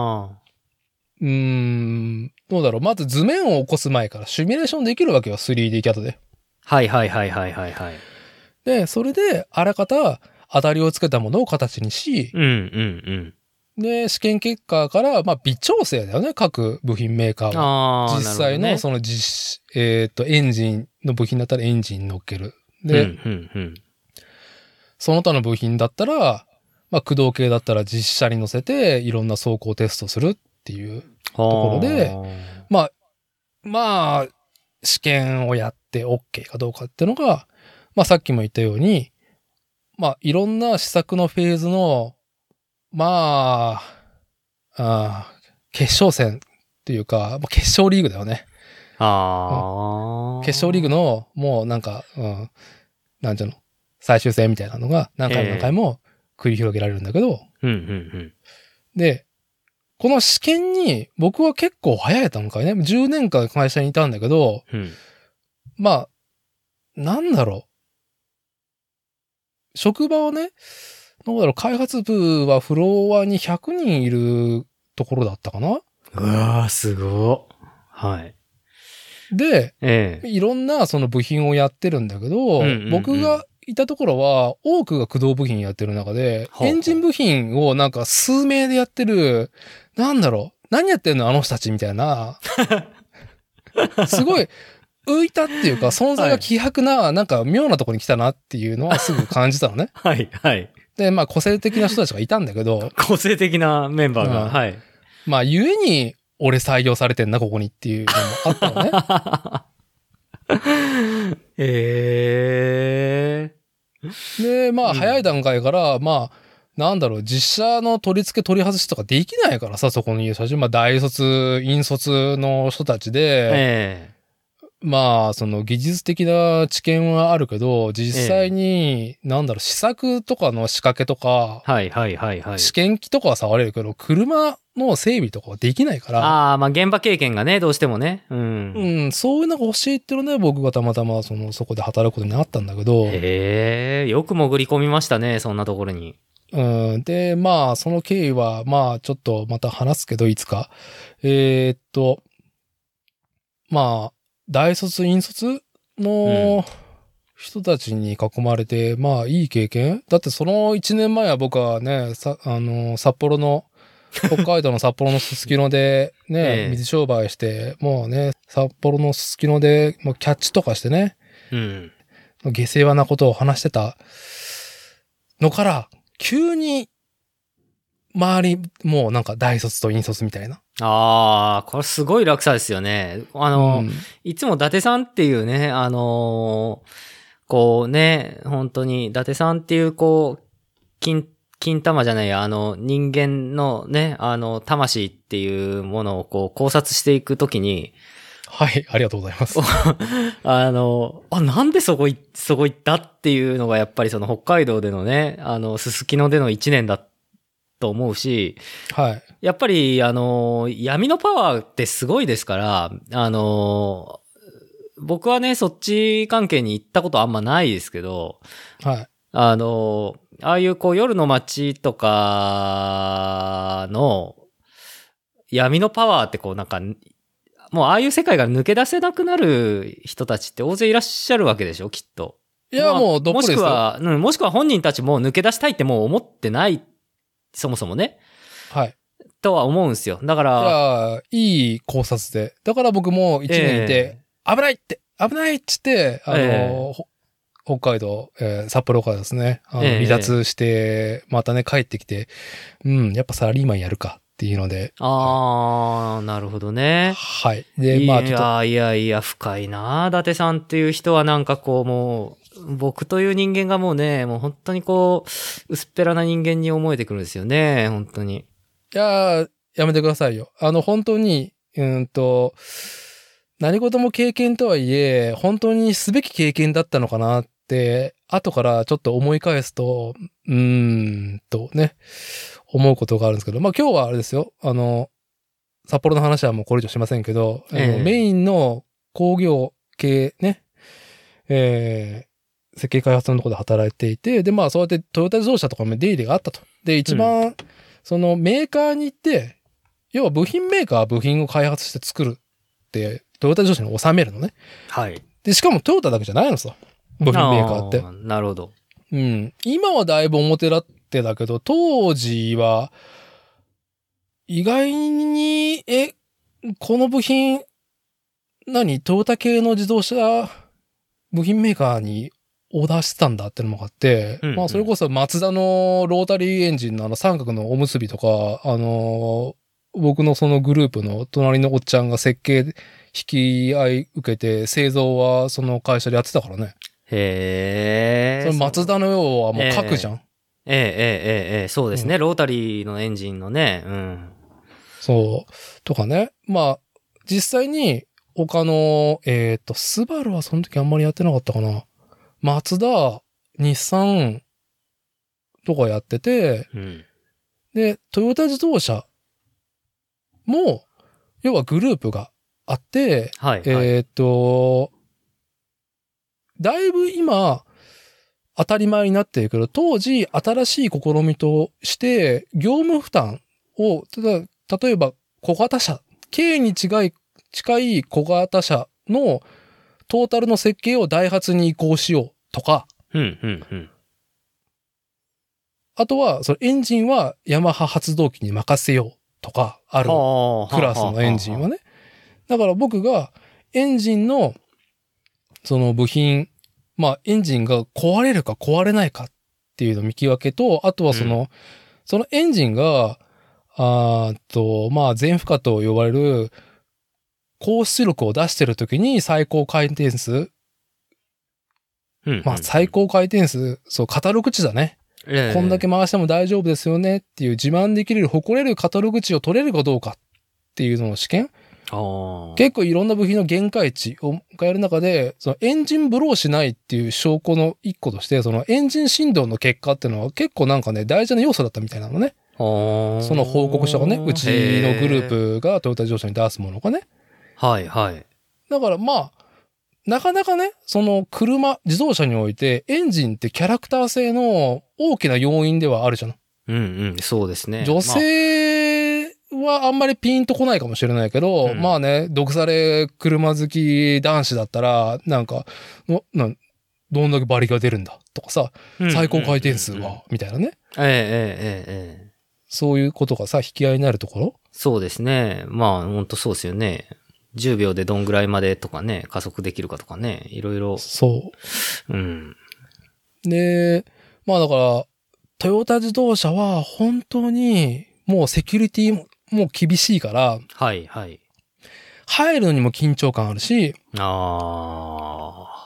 うだろう。まず図面を起こす前からシミュレーションできるわけよ、3D キャットで。 はい。 で、それで、あらかた当たりをつけたものを形にし、で、試験結果から、まあ、微調整だよね、各部品メーカーは。実際の、そのエンジンの部品だったらエンジンに乗っける。で、その他の部品だったら、まあ、駆動系だったら実車に乗せて、いろんな走行テストするっていうところで、まあ、試験をやって OK かどうかっていうのが、まあさっきも言ったように、まあいろんな試作のフェーズの、まあ、決勝戦っていうか、決勝リーグだよね。決勝リーグの、もうなんか、なんていうの、最終戦みたいなのが何回も繰り広げられるんだけど、で、この試験に僕は結構早い段階ね、10年間会社にいたんだけど、まあ、なんだろう。職場をね、どうだろう、開発部はフロアに100人いるところだったかな？ うわー、すごい。はい。 で、いろんなその部品をやってるんだけど、僕がいたところは多くが駆動部品やってる中で、エンジン部品をなんか数名でやってる、なんだろう、何やってんのあの人たちみたいな、すごい浮いたっていうか存在が希薄な、なんか妙なところに来たなっていうのはすぐ感じたのね。 はい。 で、まあ個性的な人たちがいたんだけど。 個性的なメンバーが。はい。 まあ、ゆえに、俺採用されてんな、ここにっていうのもあったのね。で、まあ、早い段階から、まあ、なんだろう、実写の取り付け取り外しとかできないからさ、そこにいる人たち。まあ、大卒、引卒の人たちで、まあ、その技術的な知見はあるけど、実際に、なんだろう、試作とかの仕掛けとか、試験機とかは触れるけど、車の整備とかはできないから。 まあ現場経験がね、どうしてもね。 そういうのが欲しいっていうので、僕がたまたまそこで働くことになったんだけど。 よく潜り込みましたね、そんなところに。 で、まあ、その経緯は、まあ、ちょっとまた話すけど、いつか。まあ、大卒、引卒の人たちに囲まれて、まあ、いい経験だってその1年前は僕はね、札幌の、北海道の札幌のすすきのでね、水商売して、もうね、札幌のすすきので、もうキャッチとかしてね、下世話なことを話してたのから、急に、周り、もうなんか大卒と引卒みたいな。 これすごい落差ですよね。いつも伊達さんっていうね、こうね、本当に伊達さんっていうこう、金金玉じゃないや、人間のね、魂っていうものをこう考察していくときに、 はい、ありがとうございます。 なんでそこ行ったっていうのがやっぱりその北海道でのね、すすきのでの1年だと思うし、 はい。 やっぱり、闇のパワーってすごいですから、僕はね、そっち関係に行ったことあんまないですけど、 はい。 ああいうこう夜の街とかの闇のパワーってこうなんか、もうああいう世界が抜け出せなくなる人たちって大勢いらっしゃるわけでしょ、きっと。 いや、もうどっぷりですよ。 もしくは本人たちも抜け出したいってもう思ってない、そもそもね。 はい。 とは思うんですよ。だから。 いい考察で。だから僕も1年いて、危ないって言って、北海道、札幌からですね、離脱して、またね、帰ってきて、やっぱサラリーマンやるかっていうので。 なるほどね。 はい。で、まあちょっと。 いや、深いな伊達さんっていう人はなんかこうもう、僕という人間がもうね、もう本当にこう、薄っぺらな人間に思えてくるんですよね、本当に。 いややめてくださいよ。本当に、何事も経験とはいえ、本当にすべき経験だったのかなって、後からちょっと思い返すと、ね、思うことがあるんですけど、まあ今日はあれですよ。札幌の話はもうこれ以上しませんけど、メインの工業系ね、設計開発のところで働いていて、で、まあそうやってトヨタ自動車とかも出入りがあったと。で、一番、そのメーカーに行って、要は部品メーカーは部品を開発して作るって、トヨタ自動車に収めるのね。 はい。 で、しかもトヨタだけじゃないのさ。部品メーカーって。 なるほど。 今はだいぶ表立ってだけど、当時は、意外に、この部品、トヨタ系の自動車部品メーカーにオーダーしてたんだってのもあって、まあそれこそマツダのロータリーエンジンの三角のおむすびとか、僕のそのグループの隣のおっちゃんが設計引き合い受けて製造はその会社でやってたからね。 へそのマツダの要はもう核じゃん。 そうですね、ロータリーのエンジンのね。 そう。とかね。まあ、実際に他の、スバルはその時あんまりやってなかったかな。マツダ、日産とかやってて、で、トヨタ自動車も、要はグループがあって、だいぶ今、当たり前になってるけど、当時、新しい試みとして、業務負担を、例えば、小型車、軽に近い小型車のトータルの設計をダイハツに移行しようとか、あとは、そのエンジンはヤマハ発動機に任せようとか、あるクラスのエンジンはね。だから僕がエンジンのその部品、まあエンジンが壊れるか壊れないかっていうの見極けと、あとはそのエンジンが、まあ全負荷と呼ばれる高出力を出してるときに最高回転数、まあ最高回転数、そう、カタログ値だね。こんだけ回しても大丈夫ですよねっていう自慢できる、誇れるカタログ値を取れるかどうかっていうのの試験。結構いろんな部品の限界値をやる中で、そのエンジンブローしないっていう証拠の一個として、そのエンジン振動の結果っていうのは結構なんかね、大事な要素だったみたいなのね。その報告書がね、うちのグループがトヨタ自動車に出すものがね。 はいはい。 だからまあ、なかなかね、その自動車においてエンジンってキャラクター性の大きな要因ではあるじゃん。 そうですね。 女性はあんまりピンとこないかもしれないけど、まあね、毒され車好き男子だったら、なんか、どんだけ馬力が出るんだとかさ、最高回転数は、みたいなね。そういうことがさ、引き合いになるところ？ そうですね。まあ、ほんとそうですよね。10秒でどんぐらいまでとかね、加速できるかとかね、いろいろ。 そう。で、まあだから、トヨタ自動車は本当にもうセキュリティも厳しいから、 はいはい。 入るのにも緊張感あるし、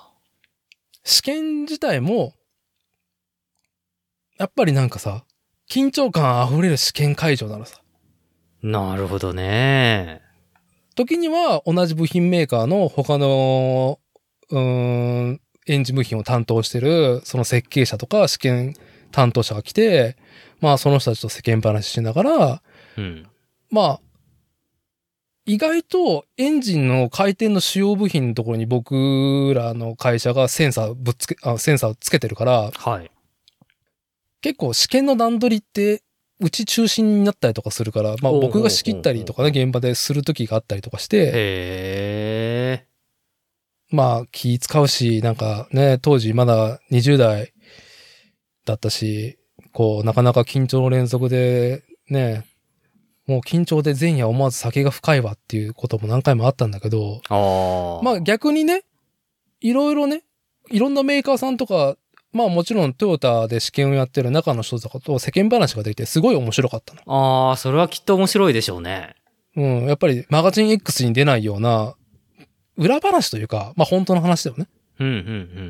試験自体も、やっぱりなんかさ、 緊張感溢れる試験会場なのさ。 なるほどね。 時には同じ部品メーカーの他の、エンジン部品を担当してる、その設計者とか試験担当者が来て、まあその人たちと世間話しながら、 うん、 まあ、意外とエンジンの回転の主要部品のところに僕らの会社がセンサーをつけてるから、 はい。 結構試験の段取りってうち中心になったりとかするから、まあ僕が仕切ったりとかね、現場でする時があったりとかして、 へー。 まあ気使うし、なんかね、当時まだ20代だったし、こうなかなか緊張の連続でね、もう緊張で前夜思わず酒が深いわっていうことも何回もあったんだけど、まあ逆にね、いろいろね、いろんなメーカーさんとか、まあもちろんトヨタで試験をやってる中の人とかと世間話ができてすごい面白かったの。それはきっと面白いでしょうね。 うん、やっぱりマガジン X に出ないような裏話というか、まあ本当の話だよね。 うんうんうん。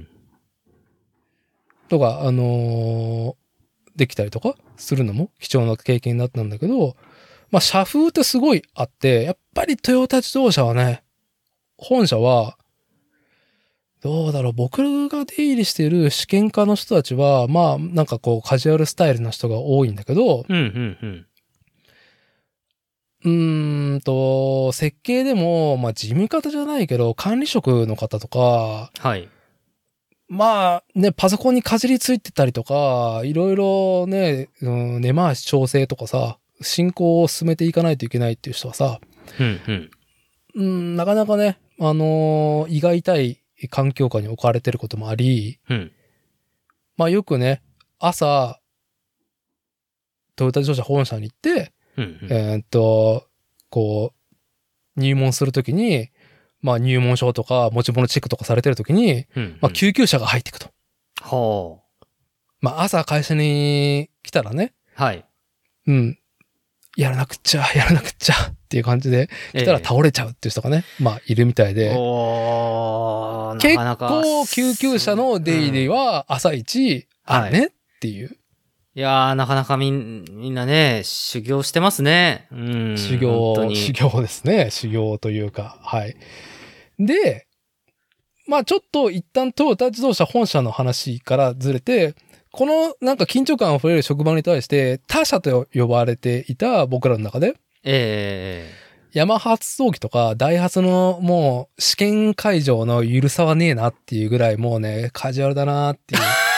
とか、できたりとかするのも貴重な経験だったんだけど、まあ社風ってすごいあって、やっぱりトヨタ自動車はね、本社は、どうだろう、僕が出入りしている試験家の人たちは、まあなんかこうカジュアルスタイルな人が多いんだけど、設計でも、まあ事務方じゃないけど、管理職の方とか、 はい。 まあね、パソコンにかじりついてたりとか、いろいろね、根回し調整とかさ、進行を進めていかないといけないっていう人はさ、なかなかね、胃が痛い環境下に置かれてることもあり、まあよくね、朝、トヨタ自動車本社に行って、こう、入門するときに、まあ入門証とか持ち物チェックとかされてるときに、まあ救急車が入っていくと。 ほう。 まあ朝会社に来たらね、 はい。 うん。やらなくっちゃっていう感じで来たら倒れちゃうっていう人がね、まあいるみたいで。結構救急車の出入りは朝一あるねっていう。 いやー、なかなかみんなね、修行してますね。 修行ですね。修行というか、はい。で、まあちょっと一旦トヨタ自動車本社の話からずれて、このなんか緊張感あふれる職場に対して他社と呼ばれていた僕らの中で、ヤマハ発動機とかダイハツのもう試験会場のゆるさはねえなっていうぐらいもうね、カジュアルだなっていう。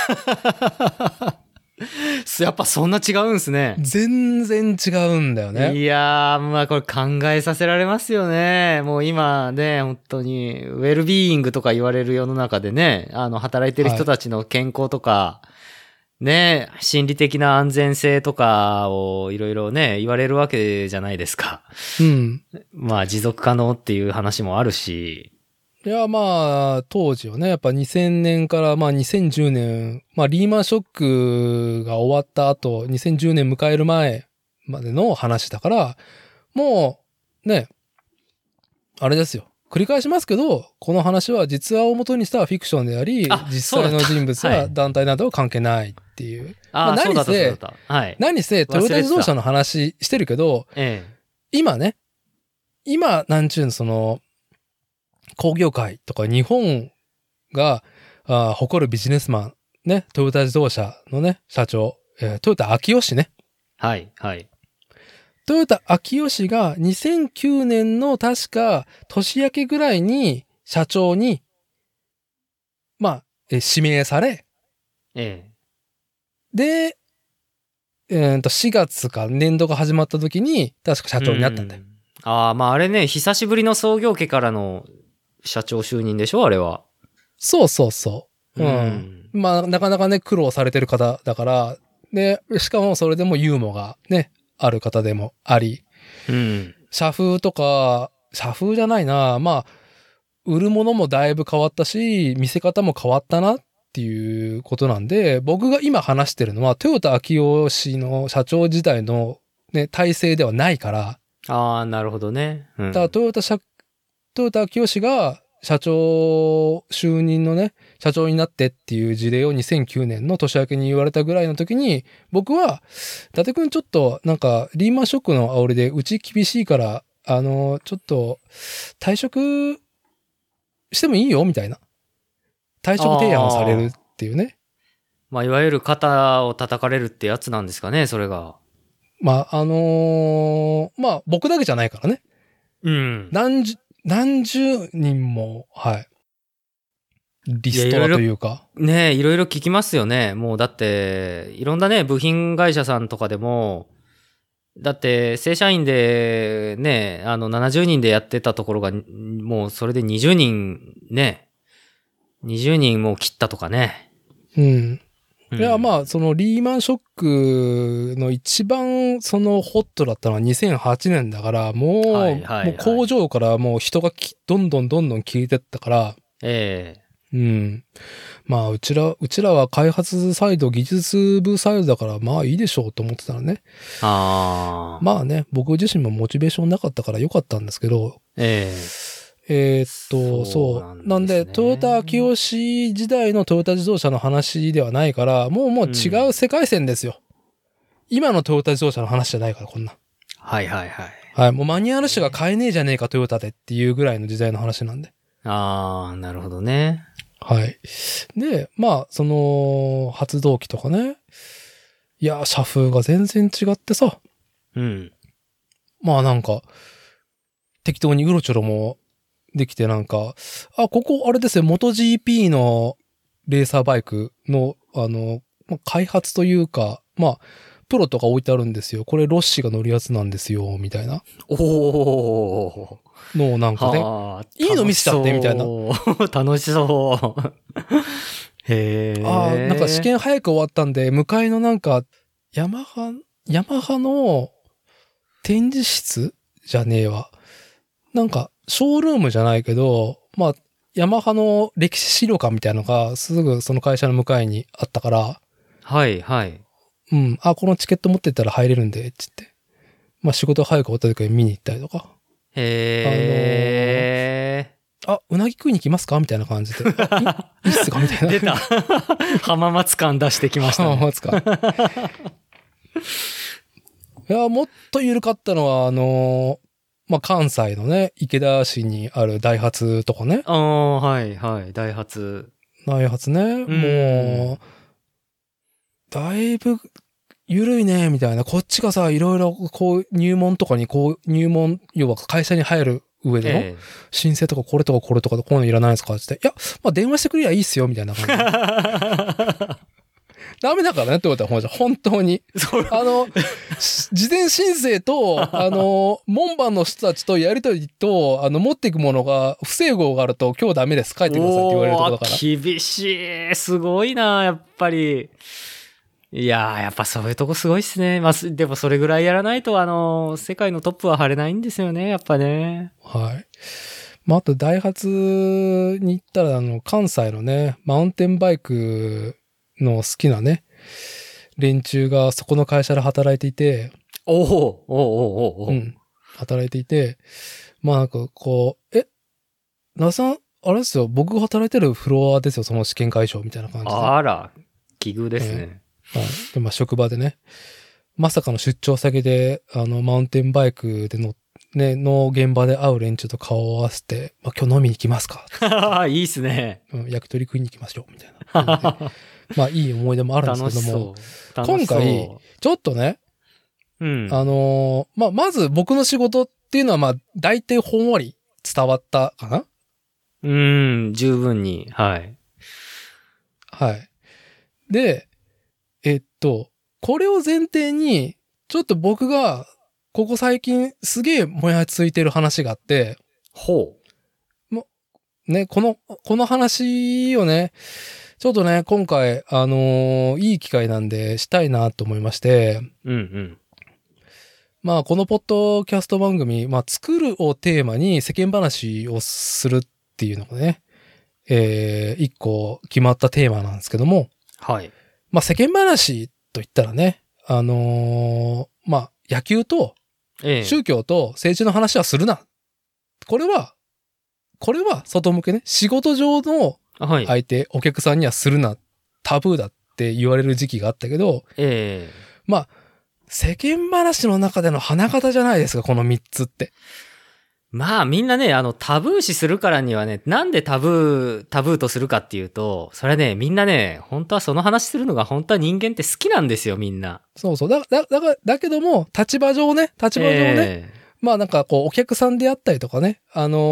やっぱそんな違うんすね。 全然違うんだよね。 いやー、まあこれ考えさせられますよね。もう今ね、本当に、ウェルビーイングとか言われる世の中でね、働いてる人たちの健康とか、ね、心理的な安全性とかをいろいろね、言われるわけじゃないですか。 うん。 まあ持続可能っていう話もあるし。 いや、まあ、当時はね、やっぱ2000年からまあ2010年、まあリーマンショックが終わった後、2010年迎える前までの話だから、もう、ね、あれですよ。繰り返しますけど、この話は実話を元にしたフィクションであり、実際の人物や団体などは関係ないっていう。何せ、トヨタ自動車の話してるけど、今ね、なんちゅうの、その、工業界とか日本が誇るビジネスマン、ね、トヨタ自動車のね、社長、トヨタ秋吉ね。 はい、はい。 トヨタ秋吉が2009年の確か年明けぐらいに社長に、まあ、指名され、で、4月か年度が始まった時に確か社長になったんだよ。 まああれね、久しぶりの創業家からの社長就任でしょあれは。 そうそうそう。まあ、なかなかね、苦労されてる方だから、で、しかもそれでもユーモアがね、ある方でもあり、社風とか、社風じゃないな、まあ、売るものもだいぶ変わったし、見せ方も変わったなっていうことなんで、僕が今話してるのは、トヨタ秋吉の社長時代のね、体制ではないから。 なるほどね。 だからトヨタ秋吉が社長就任のね、社長になってっていう事例を2009年の年明けに言われたぐらいの時に、僕は、伊達くんちょっとなんかリーマンショックの煽りでうち厳しいから、ちょっと退職してもいいよみたいな。退職提案をされるっていうね。 まあ、いわゆる肩を叩かれるってやつなんですかね、それが。 まあ、まあ、僕だけじゃないからね。 うん。 何十人も、はい。リストラというか。 ねえ、いろいろ聞きますよね。もうだって、いろんなね、部品会社さんとかでも、だって、正社員でね、70人でやってたところが、もうそれで20人ね、20人もう切ったとかね。 うん。いや、まあ、そのリーマンショックの一番そのホットだったのは2008年だから、もう工場からもう人がどんどん消えてったから、うん。まあ、うちらは開発サイド、技術部サイドだから、まあいいでしょうと思ってたらね。まあね、僕自身もモチベーションなかったからよかったんですけど、そう。なんで、トヨタ清時代のトヨタ自動車の話ではないから、もう違う世界線ですよ。今のトヨタ自動車の話じゃないから、こんな。 はい。 はい、もうマニュアル車が買えねえじゃねえか、トヨタでっていうぐらいの時代の話なんで。 なるほどね。 はい。で、まあ、その、発動機とかね。いや、車風が全然違ってさ。 うん。 まあなんか、適当にうろちょろもできてなんか、ここあれですよ、元 GP のレーサーバイクの、開発というか、まあ、プロとか置いてあるんですよ。これロッシが乗るやつなんですよ、みたいな。 おー。 のをなんかね、いいの見せちゃって、みたいな。 楽しそう。へー。 なんか試験早く終わったんで、向かいのなんか、ヤマハの展示室じゃねえわ。なんか、ショールームじゃないけど、まあ、ヤマハの歴史資料館みたいなのがすぐその会社の向かいにあったから。 はい。 うん。このチケット持ってったら入れるんで、つって。まあ仕事早く終わった時に見に行ったりとか。うなぎ食いに来ますかみたいな感じで。いいっすかみたいな。 出た。浜松感出してきましたね。 浜松感。いや、もっと緩かったのは、まあ、関西のね、池田市にあるダイハツとかね。 はい、ダイハツ。 ダイハツね。もう、だいぶ、緩いね、みたいな。こっちがさ、いろいろ、こう、入門とかに、要は会社に入る上での、申請とかこれとかこれとかこういうのいらないですかって言って、いや、まあ、電話してくれりゃいいっすよ、みたいな感じ。ダメだからねってことは、本当に。事前申請と、門番の人たちとやりとりと、持っていくものが、不整合があると、今日ダメです、帰ってくださいって言われるところだから。 厳しい。すごいな、やっぱり。いやー、やっぱそういうとこすごいっすね。まあ、でもそれぐらいやらないと、世界のトップは張れないんですよね、やっぱね。 はい。まあ、あと、ダイハツに行ったら、関西のね、マウンテンバイクの好きなね、連中がそこの会社で働いていて、 うん。 働いていて、まあなんかこう、那須さん、あれですよ、僕が働いてるフロアですよ、その試験会場みたいな感じで。 あら、奇遇ですね。 はい。で、まあ職場でね、まさかの出張先で、マウンテンバイクでの現場で会う連中と顔を合わせて、まあ今日飲みに行きますか。 いいっすね。 焼き鳥食いに行きましょう、みたいな。まあいい思い出もあるんですけども、今回、ちょっとね、まず僕の仕事っていうのはまあ大体ほんわり伝わったかな？ 十分に、はい。 はい。で、これを前提に、ちょっと僕が、ここ最近すげえもやついてる話があって、ね、この話をね、ちょっとね、今回、いい機会なんでしたいなと思いまして、まあ、このポッドキャスト番組、まあ、作るをテーマに世間話をするっていうのがね、一個決まったテーマなんですけども、 はい。 まあ、世間話と言ったらね、まあ、野球と宗教と政治の話はするな。これはこれは外向けね、仕事上の相手、お客さんにはするな、タブーだって言われる時期があったけど、まあ、世間話の中での花形じゃないですか、この3つって。 まあみんなね、タブー視するからにはね、なんでタブーとするかっていうと、それね、みんなね、本当はその話するのが本当は人間って好きなんですよ、みんな。 そうそう。だけども、立場上ね、まあなんかこう、お客さんであったりとかね、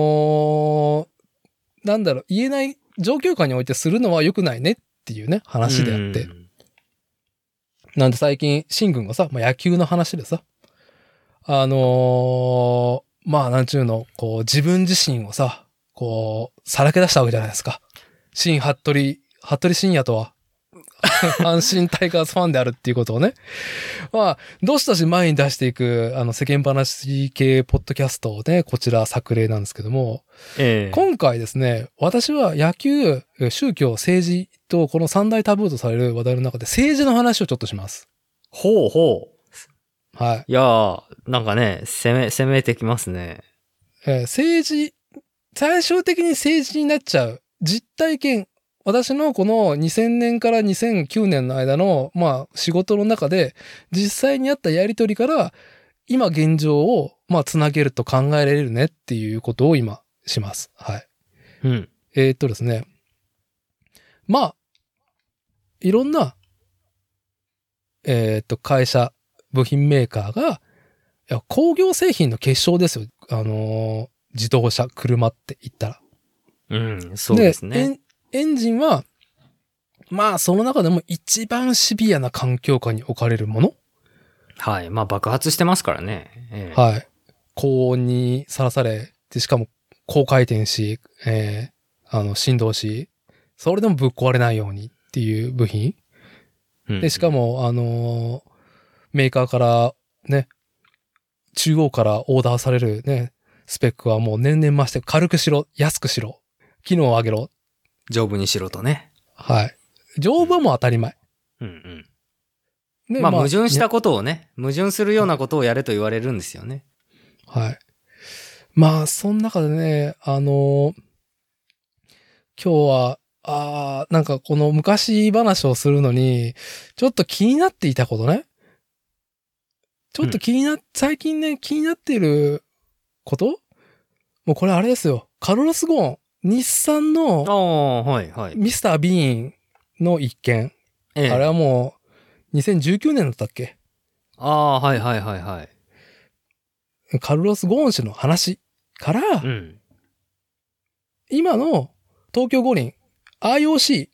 なんだろう、言えない状況下においてするのは良くないねっていうね、話であって。なんで最近、シン君がさ、まあ、野球の話でさ、まあ、なんちゅうの、こう、自分自身をさ、こう、さらけ出したわけじゃないですか。服部慎也とは、阪神タイガースファンであるっていうことをね。まあ、どしどし前に出していく、世間話系ポッドキャストをね、こちら作例なんですけども、今回ですね、私は野球、宗教、政治と、この三大タブーとされる話題の中で政治の話をちょっとします。 ほうほう。 はい。 いやー、なんかね、攻めてきますね。 政治、最終的に政治になっちゃう実体験、私のこの2000年から2009年の間の、まあ仕事の中で実際にあったやりとりから今現状をまあつなげると考えられるねっていうことを今します。はい。 うん。 ですね。まあ、いろんな、会社、部品メーカーが、工業製品の結晶ですよ。自動車、車って言ったら。 うん、そうですね。 エンジンは、まあ、その中でも一番シビアな環境下に置かれるもの。 はい。まあ、爆発してますからね。 はい。高温にさらされ、で、しかも、高回転し、振動し、それでもぶっ壊れないようにっていう部品。で、しかも、メーカーからね、中央からオーダーされるね、スペックはもう年々増して軽くしろ、安くしろ、機能を上げろ。 丈夫にしろとね。 はい。丈夫はもう当たり前。 うんうん。まあ、矛盾したことをね、矛盾するようなことをやれと言われるんですよね。 はい。まあ、その中でね、今日は、なんかこの昔話をするのに、ちょっと気になっていたことね。ちょっと最近ね、気になっていることもうこれあれですよ。カルロス・ゴーン、日産の、ミスター・ビーンの一件。あれはもう、2019年だったっけ？ はい。 カルロス・ゴーン氏の話から、今の東京五輪、IOC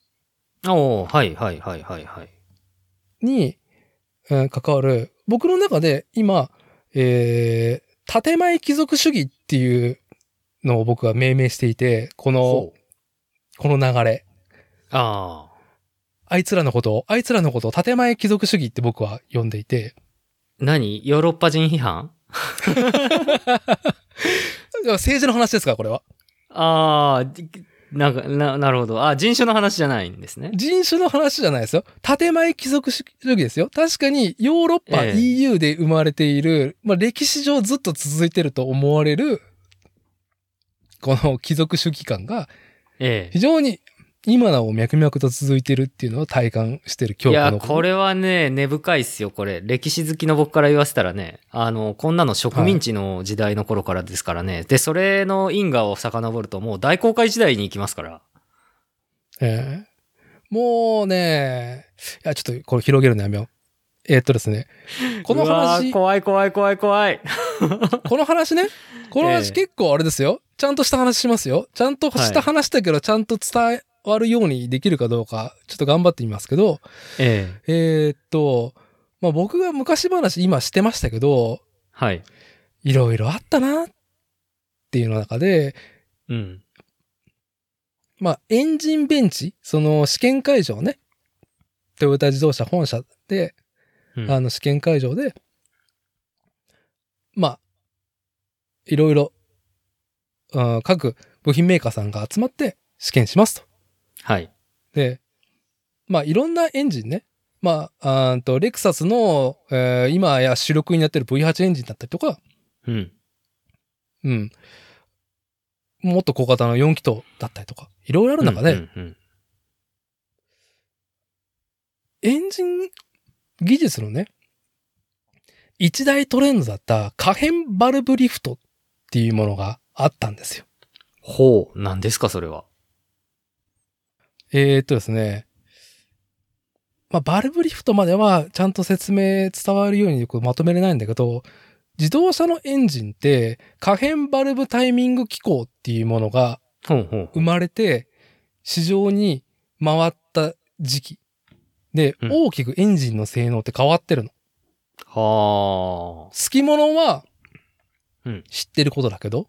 に、関わる、僕の中で今、建前貴族主義っていうのを僕は命名していて、この流れ。あいつらのことを建前貴族主義って僕は呼んでいて。 何？ヨーロッパ人批判？ 政治の話ですか、これは。 なるほど。人種の話じゃないんですね。 人種の話じゃないですよ。建前貴族主義ですよ。確かにヨーロッパ、EU で生まれている、まあ歴史上ずっと続いてると思われる、この貴族主義観が、非常に今なお脈々と続いてるっていうのを体感してる今日いや、これはね、根深いっすよ、これ。歴史好きの僕から言わせたらね、こんなの植民地の時代の頃からですからね。で、それの因果を遡るともう大航海時代に行きますから。 もうね、いや、ちょっとこれ広げるのやめよう。ですね。この話。 怖い。この話ね。この話結構あれですよ。ちゃんとした話しますよ。ちゃんとした話だけど、ちゃんと伝わるようにできるかどうか、ちょっと頑張ってみますけど。まあ、僕が昔話今してましたけど、 はい。 いろいろあったなっていうの中で、まあ、エンジンベンチ、その試験会場ね。トヨタ自動車本社で、試験会場で、まあ、いろいろ、各部品メーカーさんが集まって試験しますと。 はい。 で、まあ、いろんなエンジンね。まあ、レクサスの、今や主力になってる V8 エンジンだったりとか、 もっと小型の4気筒だったりとか、いろいろある中で、エンジン技術のね、一大トレンドだった可変バルブリフトっていうものがあったんですよ。 ほう、何ですかそれは。 ですね、まあ、バルブリフトまではちゃんと説明伝わるようにまとめれないんだけど、自動車のエンジンって可変バルブタイミング機構っていうものが生まれて市場に回った時期で、大きくエンジンの性能って変わってるの。 はあ。 好き者は知ってることだけど、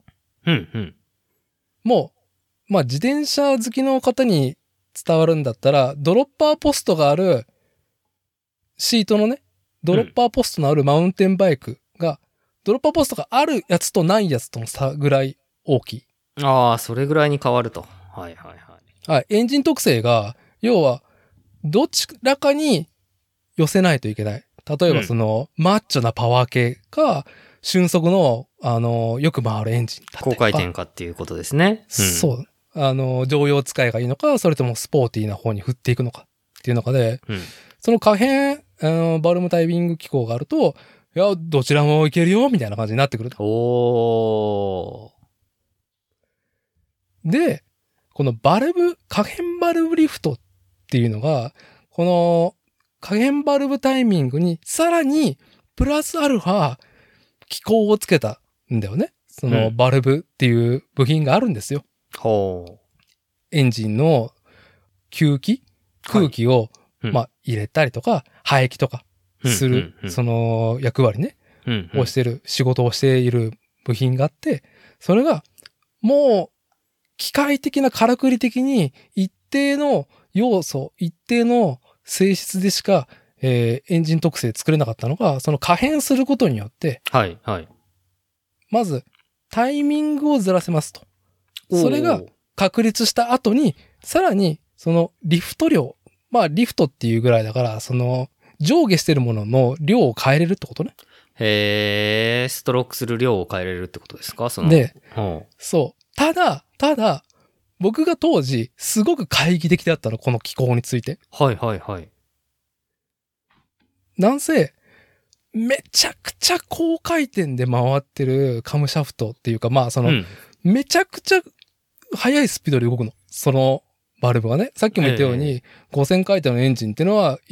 もう、まあ自転車好きの方に伝わるんだったら、ドロッパーポストがあるシートのね、ドロッパーポストのあるマウンテンバイクが、ドロッパーポストがあるやつとないやつとの差ぐらい大きい。 ああ、それぐらいに変わると。はいはいはい。 はい。エンジン特性が、要は、どちらかに寄せないといけない。例えばマッチョなパワー系か、瞬速の、よく回るエンジンだったりとか。 高回転かっていうことですね。 そう。常用使いがいいのか、それともスポーティーな方に振っていくのかっていう中で、その可変、バルムタイミング機構があると、いや、どちらもいけるよ、みたいな感じになってくると。 おー。で、この可変バルブリフトっていうのが、この可変バルブタイミングにさらにプラスアルファ機構をつけたんだよね。そのバルブっていう部品があるんですよ。エンジンの空気を、まあ入れたりとか、排気とかする、その役割ね、をしてる、仕事をしている部品があって、それがもう機械的なからくり的に一定の要素、一定の性質でしか、エンジン特性作れなかったのが、その可変することによって、まずタイミングをずらせますと。それが確立した後に、さらにそのリフト量、まあリフトっていうぐらいだから、その上下してるものの量を変えれるってことね。 へー、ストロークする量を変えれるってことですかで、そう。ただ、僕が当時、すごく懐疑的だったの、この機構について。なんせ、めちゃくちゃ高回転で回ってるカムシャフトっていうか、まあめちゃくちゃ速いスピードで動くの。そのバルブがね。さっきも言ったように、5000回転のエンジンっていうのは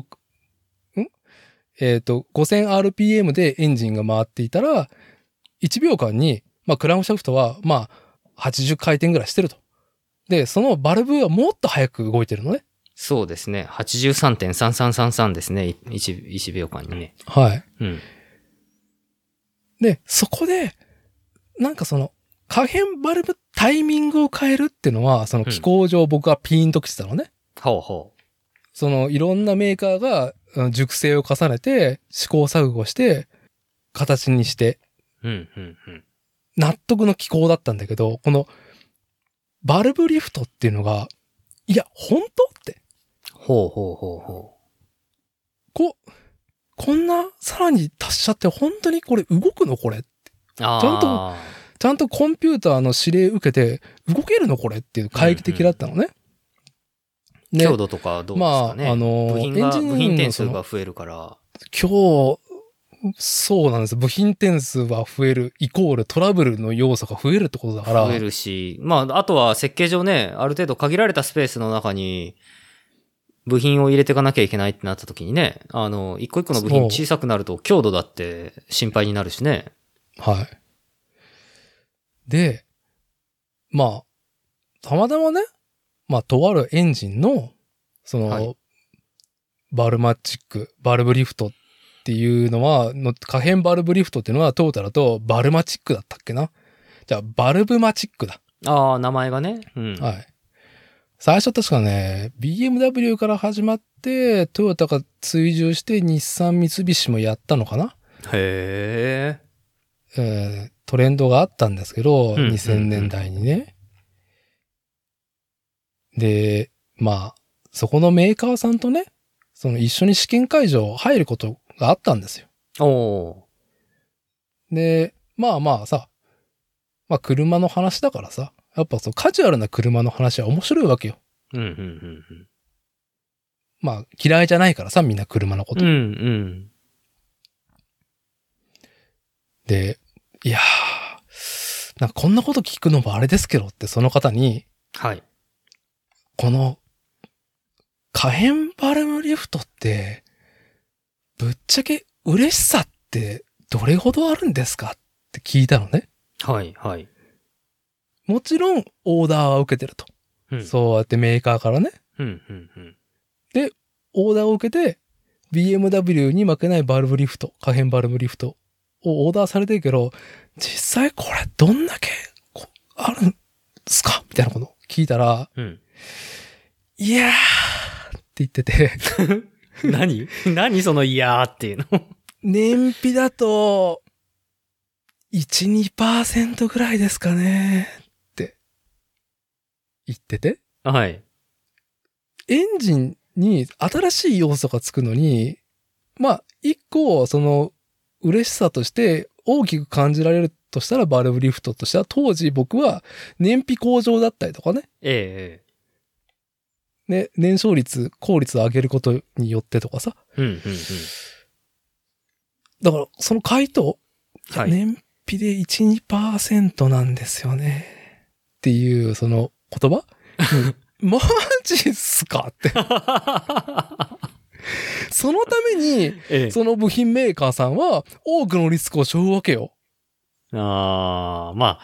5000rpm でエンジンが回っていたら、1秒間に、まあクラムシャフトは、まあ80回転ぐらいしてると。で、そのバルブはもっと速く動いてるのね。 そうですね。83.3333 ですね。1秒間にね。 はい。で、そこで、なんか可変バルブタイミングを変えるっていうのは、その機構上僕はピーンときてたのね。いろんなメーカーが熟成を重ねて、試行錯誤して、形にして、納得の機構だったんだけど、この、バルブリフトっていうのが、いや、本当って。こんな、さらに足しちゃって、本当にこれ動くのこれって。ちゃんとコンピューターの指令受けて、動けるのこれっていう懐疑的だったのね。 強度とかどうですかね。部品点数が増えるから。 そうなんです。部品点数は増えるイコールトラブルの要素が増えるってことだから。 増えるし、まあ、あとは設計上ね、ある程度限られたスペースの中に部品を入れていかなきゃいけないってなった時にね、一個一個の部品小さくなると強度だって心配になるしね。 はい。で、まあ、たまたまね、まあ、とあるエンジンの、バルブリフトっていうのは、可変バルブリフトっていうのはトータルだとバルマチックだったっけな。じゃあ、バルブマチックだ。 ああ、名前がね。 はい。最初確かね、BMW から始まって、トヨタが追従して日産三菱もやったのかな。 へえ。トレンドがあったんですけど、2000年代にね。で、まあ、そこのメーカーさんとね、一緒に試験会場入ることがあったんですよ。で、まあまあさ、 まあ車の話だからさ、やっぱカジュアルな車の話は面白いわけよ。 うんうんうんうん。 まあ嫌いじゃないからさ、みんな車のこと。 うんうん。 で、いやー、なんかこんなこと聞くのもあれですけどってその方に、 はい。 この可変バルムリフトって、ぶっちゃけ嬉しさってどれほどあるんですかって聞いたのね。 はいはい。 もちろんオーダーは受けてると。 うん。 そうやってメーカーからね。 うんうんうん。 オーダーを受けて BMW に負けないバルブリフト、可変バルブリフトをオーダーされてるけど、実際これどんだけあるんすかみたいなことを聞いたら、 うん。 いやーって言ってて、 何そのいやーっていうの。 燃費だと、1、2% ぐらいですかねって言ってて、 はい。 エンジンに新しい要素がつくのに、まあ、一個、嬉しさとして大きく感じられるとしたらバルブリフトとしては、当時僕は燃費向上だったりとかね。 ええ。 ね、燃焼率、効率を上げることによってとかさ。 うんうんうん。 だから、その回答、 はい。 燃費で1、2% なんですよね。っていう、その言葉マジっすかって。そのために、 ええ。 その部品メーカーさんは多くのリスクを背負うわけよ。 ま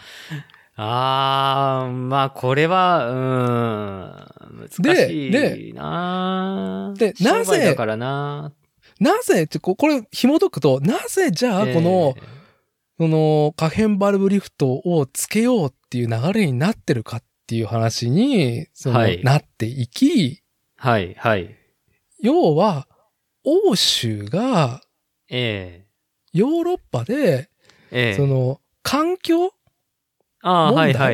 あ、これは、難しいなで商売だからななぜ、これ紐解くと、なぜじゃあこの可変バルブリフトをつけようっていう流れになってるかっていう話に、 はいなっていき、 はい、はい。 要は、欧州がえヨーロッパで、 え。 環境はい、 問題はい。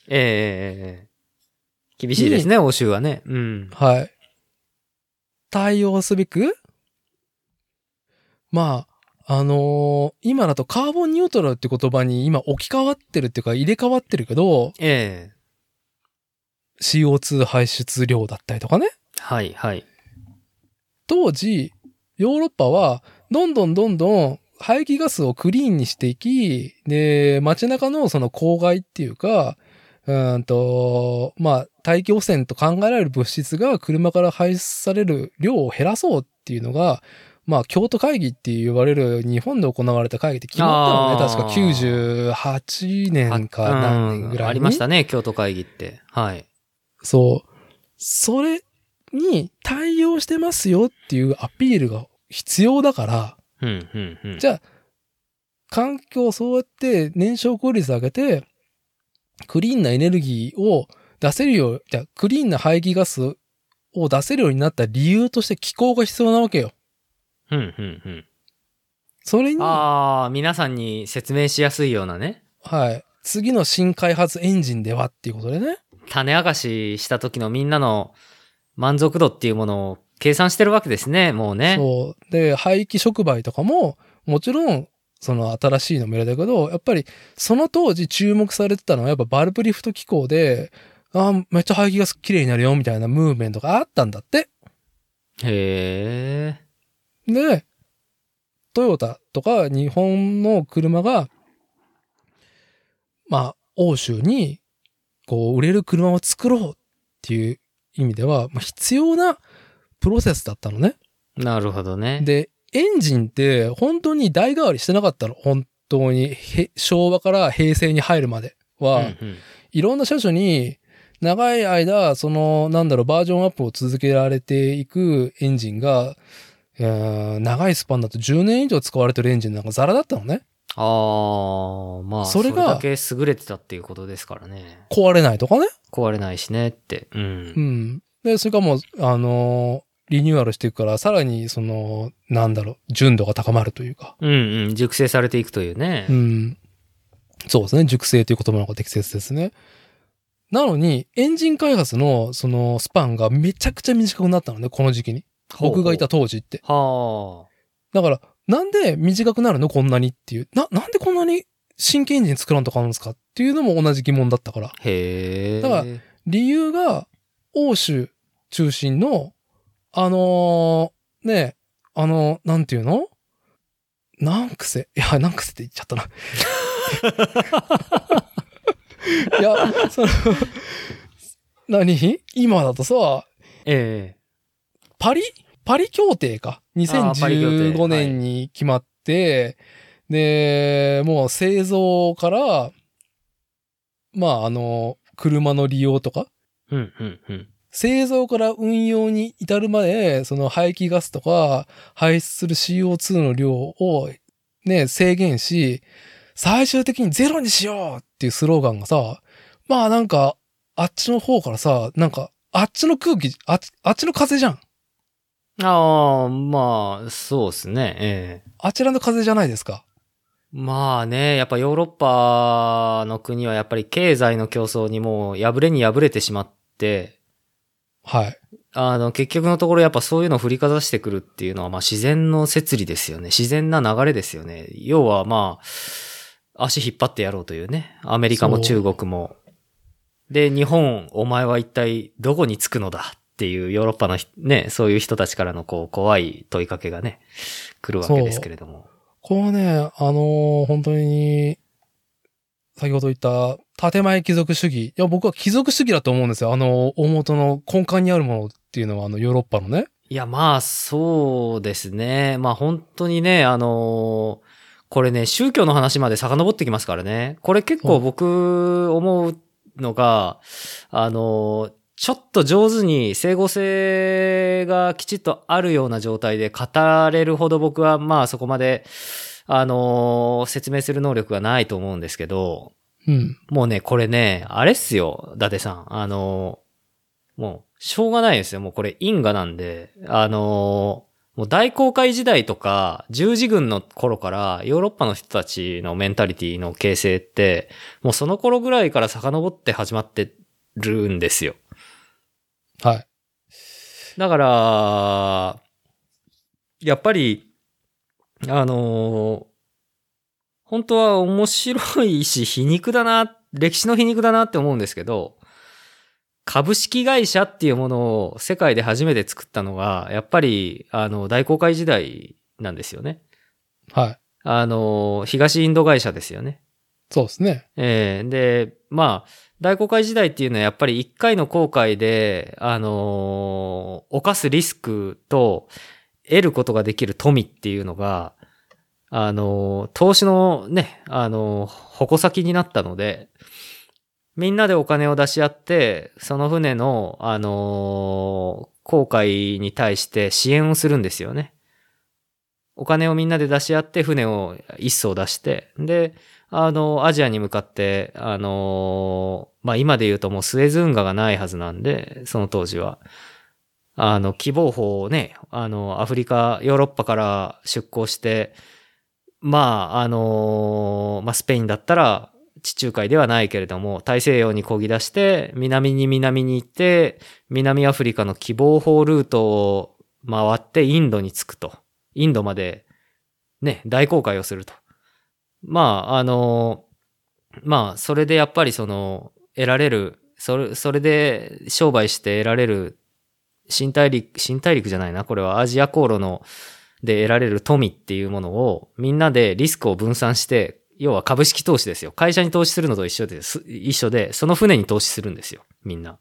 厳しいですね、欧州はね。うん。 はい。対応すべく、まあ、今だとカーボンニュートラルって言葉に今置き換わってるっていうか入れ替わってるけど、 ええ。 CO2 排出量だったりとかね。 はい、はい。 当時、ヨーロッパは、どんどん排気ガスをクリーンにしていき、で、街中のその公害っていうか、まあ、大気汚染と考えられる物質が車から排出される量を減らそうっていうのが、まあ、京都会議って言われる日本で行われた会議って決まったのね。確か98年か何年ぐらいに。 ありましたね、京都会議って。はい。 そう。それに対応してますよっていうアピールが必要だから、じゃあ、環境そうやって燃焼効率上げて、クリーンなエネルギーを出せるよう、じゃあクリーンな排気ガスを出せるようになった理由として気候が必要なわけよ。それに、 皆さんに説明しやすいようなね。 はい。次の新開発エンジンではっていうことでね。 種明かしした時のみんなの満足度っていうものを計算してるわけですね、もうね。 そう。で、廃棄触媒とかも、もちろん、新しいのも入れたけど、やっぱり、その当時注目されてたのは、やっぱバルブリフト機構で、めっちゃ排気ガス綺麗になるよ、みたいなムーブメントがあったんだって。 へー。で、トヨタとか日本の車が、まあ、欧州に、売れる車を作ろうっていう意味では、まあ、必要なプロセスだったのね。 なるほどね。 で、エンジンって本当に代替わりしてなかったの。本当に、昭和から平成に入るまでは、いろんな車種に長い間、バージョンアップを続けられていくエンジンが、長いスパンだと10年以上使われてるエンジンなんかザラだったのね。 まあ、それだけ優れてたっていうことですからね。 壊れないとかね。 壊れないしねって。 で、それからもう、リニューアルしていくから、さらに、純度が高まるというか。 熟成されていくというね。 そうですね。熟成という言葉の方が適切ですね。なのに、エンジン開発の、スパンがめちゃくちゃ短くなったのね、この時期に。僕がいた当時って。だから、なんで短くなるのこんなにっていう。なんでこんなに真剣エンジン作らんとかあるんですかっていうのも同じ疑問だったから。 へえ。 だから、理由が、欧州中心の、ね、なんていうの難癖。いや、難癖って言っちゃったな。いや、今だとさ、パリ協定か。2015年に決まって、で、もう製造から、まあ、車の利用とか、製造から運用に至るまで、その排気ガスとか排出する CO2 の量をね、制限し、最終的にゼロにしようっていうスローガンがさ、まあなんか、あっちの方からさ、なんか、あっちの空気、あっちの風じゃん。 ああ、まあ、そうですね。 あちらの風じゃないですか。 まあね、やっぱヨーロッパの国はやっぱり経済の競争にもう破れに破れてしまって、 はい。 結局のところやっぱそういうのを振りかざしてくるっていうのはまあ自然の摂理ですよね。自然な流れですよね。要はまあ、足引っ張ってやろうというね。アメリカも中国も。で、日本、お前は一体どこに着くのだっていうヨーロッパのね、そういう人たちからのこう怖い問いかけがね、来るわけですけれども。 これはね、本当に、先ほど言った建前貴族主義。いや、僕は貴族主義だと思うんですよ。大元の根幹にあるものっていうのは、ヨーロッパのね。 いや、まあ、そうですね。まあ、本当にね、これね、宗教の話まで遡ってきますからね。これ結構僕思うのが、ちょっと上手に整合性がきちっとあるような状態で語れるほど僕はまあそこまで、説明する能力がないと思うんですけど、もうね、これね、あれっすよ、伊達さん。もう、しょうがないですよ。もうこれ因果なんで、もう大航海時代とか、十字軍の頃からヨーロッパの人たちのメンタリティの形成って、もうその頃ぐらいから遡って始まってるんですよ。 はい。 だから、やっぱり、本当は面白いし皮肉だな、歴史の皮肉だなって思うんですけど、株式会社っていうものを世界で初めて作ったのが、やっぱり、大航海時代なんですよね。 はい。 東インド会社ですよね。 そうですね。 で、まあ、大航海時代っていうのはやっぱり一回の航海で、犯すリスクと得ることができる富っていうのが、投資のね、矛先になったので、みんなでお金を出し合って、その船の、航海に対して支援をするんですよね。お金をみんなで出し合って船を一艘出して、で、アジアに向かって、まあ、今で言うともうスエズ運河がないはずなんで、その当時は。希望法をね、アフリカ、ヨーロッパから出港して、まあ、まあ、スペインだったら、地中海ではないけれども、大西洋に漕ぎ出して、南に行って、南アフリカの希望法ルートを回ってインドに着くと。インドまで、ね、大航海をすると。まあ、まあ、それでやっぱり得られる、それで商売して得られる、新大陸じゃないな、これはアジア航路で得られる富っていうものを、みんなでリスクを分散して、要は株式投資ですよ。会社に投資するのと一緒で、その船に投資するんですよ。みんな。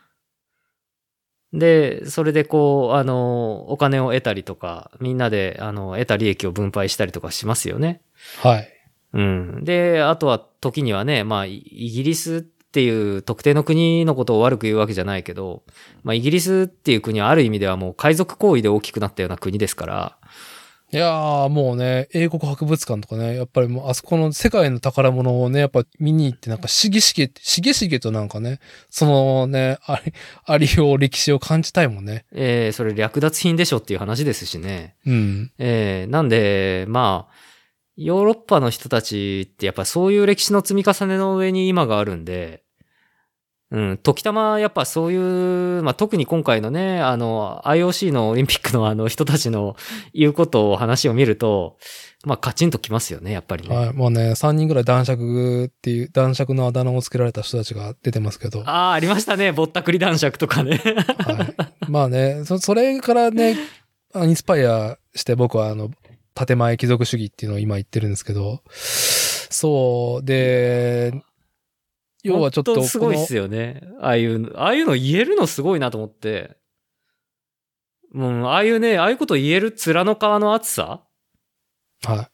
で、それでこう、お金を得たりとか、みんなで、得た利益を分配したりとかしますよね。 はい。 うん。で、あとは時にはね、まあ、イギリスっていう特定の国のことを悪く言うわけじゃないけど、まあ、イギリスっていう国はある意味ではもう海賊行為で大きくなったような国ですから、 いやー、もうね、英国博物館とかね、やっぱりもうあそこの世界の宝物をね、やっぱ見に行ってなんかしげしげとなんかね、そのね、ありよう歴史を感じたいもんね。 それ略奪品でしょっていう話ですしね。 うん。 なんで、まあ、ヨーロッパの人たちってやっぱそういう歴史の積み重ねの上に今があるんで、 時たまやっぱそういう、まあ、特に今回のね、IOC のオリンピックの人たちの言うことを話を見ると、まあ、カチンときますよね、やっぱりね。 はい。もうね、3人ぐらい男爵のあだ名をつけられた人たちが出てますけど。 ありましたね。ぼったくり男爵とかね。 はい。まあね、それからね、インスパイアして僕は建前貴族主義っていうのを今言ってるんですけど、そう、で、要はちょっとすごいっすよね。ああいうの言えるのすごいなと思って。ああいうこと言える面の皮の厚さ、 はい。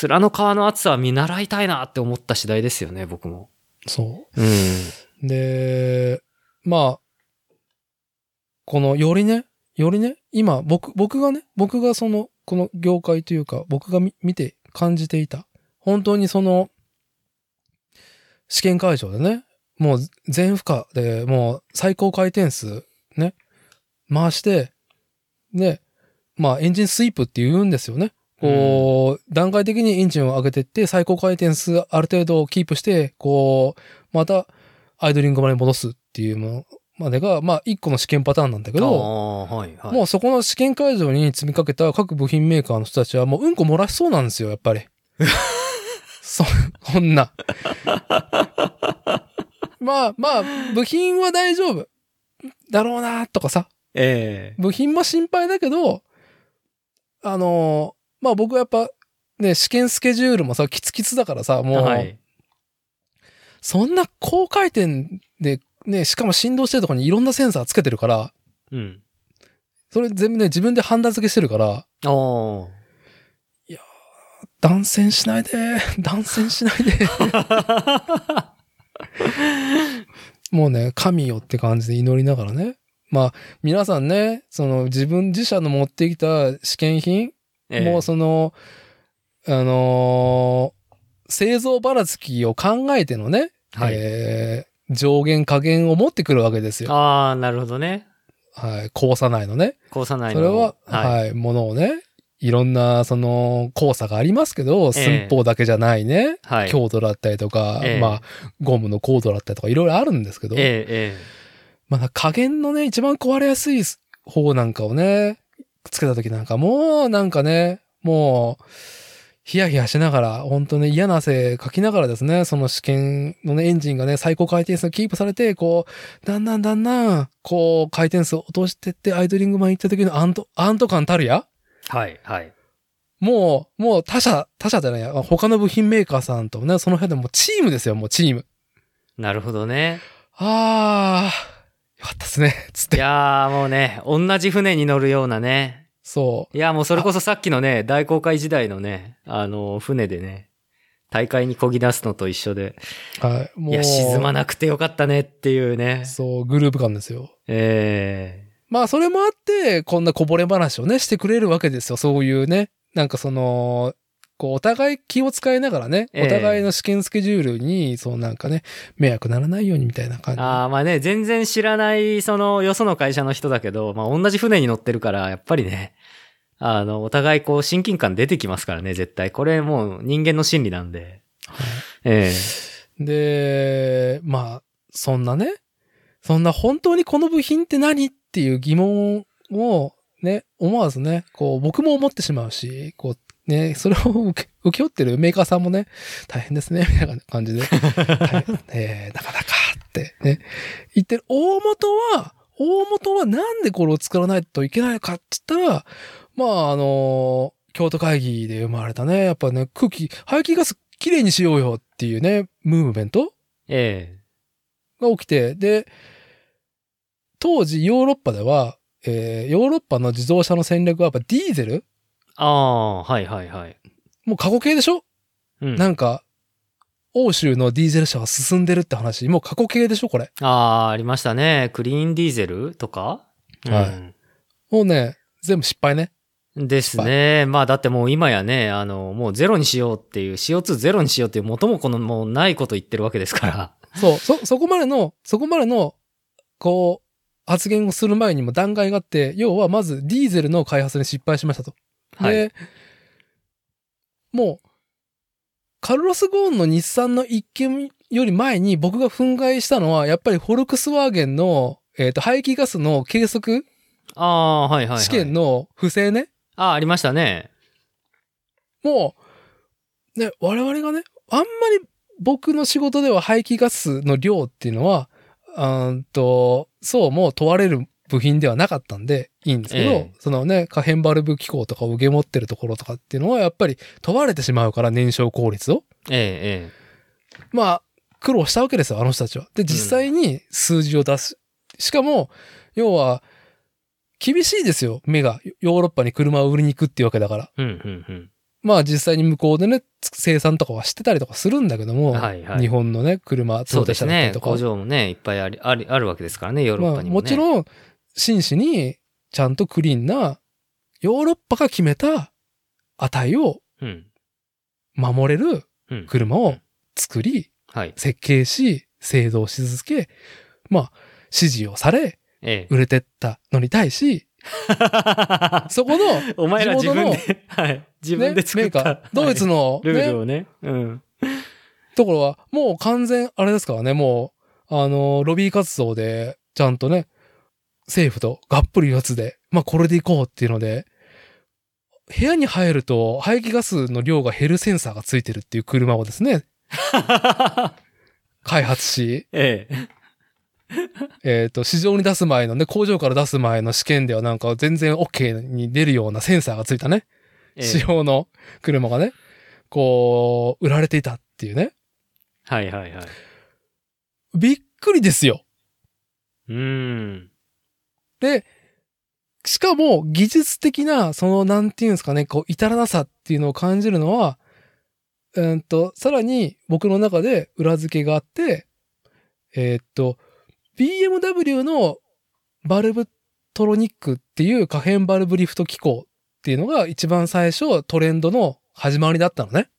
面の皮の厚さは見習いたいなって思った次第ですよね、僕も。 そう。で、まあ、よりね、今、僕がこの業界というか、僕が見て感じていた。本当に試験会場でね、もう全負荷で、もう最高回転数ね、回して、で、まあエンジンスイープって言うんですよね。段階的にエンジンを上げていって、最高回転数ある程度キープして、またアイドリングまで戻すっていうものまでが、まあ一個の試験パターンなんだけど、もうそこの試験会場に積みかけた各部品メーカーの人たちはもううんこ漏らしそうなんですよ、やっぱり。そんな。まあ、部品は大丈夫だろうなとかさ。部品も心配だけど、まあ僕はやっぱね、試験スケジュールもさ、キツキツだからさ、もう、そんな高回転でね、しかも振動してるところにいろんなセンサーつけてるから、それ全部ね、自分でハンダ付けしてるから、いや断線しないで。もうね、神よって感じで祈りながらね。まあ、皆さんね、自分自社の持ってきた試験品、もう製造ばらつきを考えてのね、上限下限を持ってくるわけですよ。 なるほどね。 はい。交差内のね。 交差内の。それは、はい、ものをね、いろんな、交差がありますけど、寸法だけじゃないね。強度だったりとか、まあ、ゴムの硬度だったりとか、いろいろあるんですけど、まあ、加減のね、一番壊れやすい方なんかをね、つけた時なんかもう、なんかね、もう、ヒヤヒヤしながら、本当ね、嫌な汗かきながらですね、その試験のね、エンジンがね、最高回転数キープされて、だんだん、回転数を落としてって、アイドリングマン行った時のアント感たるや？ はい。 もう他社じゃないや、他の部品メーカーさんとね、その辺でもうチームですよ、もうチーム。 なるほどね。 よかったですね、つって。 いやーもうね、同じ船に乗るようなね。 そう。 いやもうそれこそさっきのね、大航海時代のね、船でね、大会に漕ぎ出すのと一緒で。 はい。もう。 いや、沈まなくてよかったねっていうね。 そう、グループ感ですよ。まあ、それもあって、こんなこぼれ話をね、してくれるわけですよ。そういうね。なんかお互い気を使いながらね、お互いの試験スケジュールに、なんかね、迷惑ならないようにみたいな感じ。 まあね、全然知らない、よその会社の人だけど、まあ同じ船に乗ってるから、やっぱりね、お互い親近感出てきますからね、絶対。これもう人間の心理なんで。 で、まあ、そんな本当にこの部品って何っていう疑問をね、思わずね、僕も思ってしまうし、ね、それを受け負ってるメーカーさんもね、大変ですね、みたいな感じで、なかなかってね、言ってる。大元はなんでこれを作らないといけないかって言ったら、まあ京都会議で生まれたね、やっぱね、排気ガスきれいにしようよっていうね、ムーブメントが起きて、で、当時ヨーロッパでは、ヨーロッパの自動車の戦略はやっぱディーゼル？ はい。 もう過去形でしょ？なんか、欧州のディーゼル車は進んでるって話、もう過去形でしょこれ。 ありましたね。クリーンディーゼルとか？ はい。もうね、全部失敗ね。 ですね。まあだってもう今やね、もうゼロにしようっていう、CO2 ゼロにしようっていう元もこのもうないこと言ってるわけですから。 そこまでの、発言をする前にも段階があって、要はまずディーゼルの開発に失敗しましたと。で、もう、カルロス・ゴーンの日産の一件より前に僕が憤慨したのは、やっぱりフォルクスワーゲンの、排気ガスの計測試験の不正ね。 ありましたね。 もう、ね、我々がね、あんまり僕の仕事では排気ガスの量っていうのは、そうもう問われる部品ではなかったんでいいんですけど、そのね、可変バルブ機構とかを受け持ってるところとかっていうのはやっぱり問われてしまうから燃焼効率を。まあ、苦労したわけですよ、あの人たちは。で、実際に数字を出す。しかも、要は、厳しいですよ、目が。ヨーロッパに車を売りに行くっていうわけだから。まあ実際に向こうでね、生産とかはしてたりとかするんだけども、日本のね、車、 そうですね。工場もね、いっぱいあるわけですからね、ヨーロッパにもね。 もちろん、真摯に、ちゃんとクリーンな、ヨーロッパが決めた値を、守れる車を作り、設計し、製造し続け、まあ、支持をされ、売れてったのに対し、そこの、 お前ら自分で、自分で作った、 メーカー、ドイツの、 ルールをね、 ところは、もう完全、あれですからね、もう、ロビー活動で、ちゃんとね、政府とがっぷり四つで、まあこれでいこうっていうので、部屋に入ると排気ガスの量が減るセンサーがついてるっていう車をですね、開発し、市場に出す前のね、工場から出す前の試験ではなんか全然 OK に出るようなセンサーがついたね、仕様の車がね、こう、売られていたっていうね。びっくりですよ。で、しかも技術的な、そのなんていうんですかね、こう、至らなさっていうのを感じるのは、さらに僕の中で裏付けがあって、BMW のバルブトロニックっていう可変バルブリフト機構っていうのが一番最初トレンドの始まりだったのね。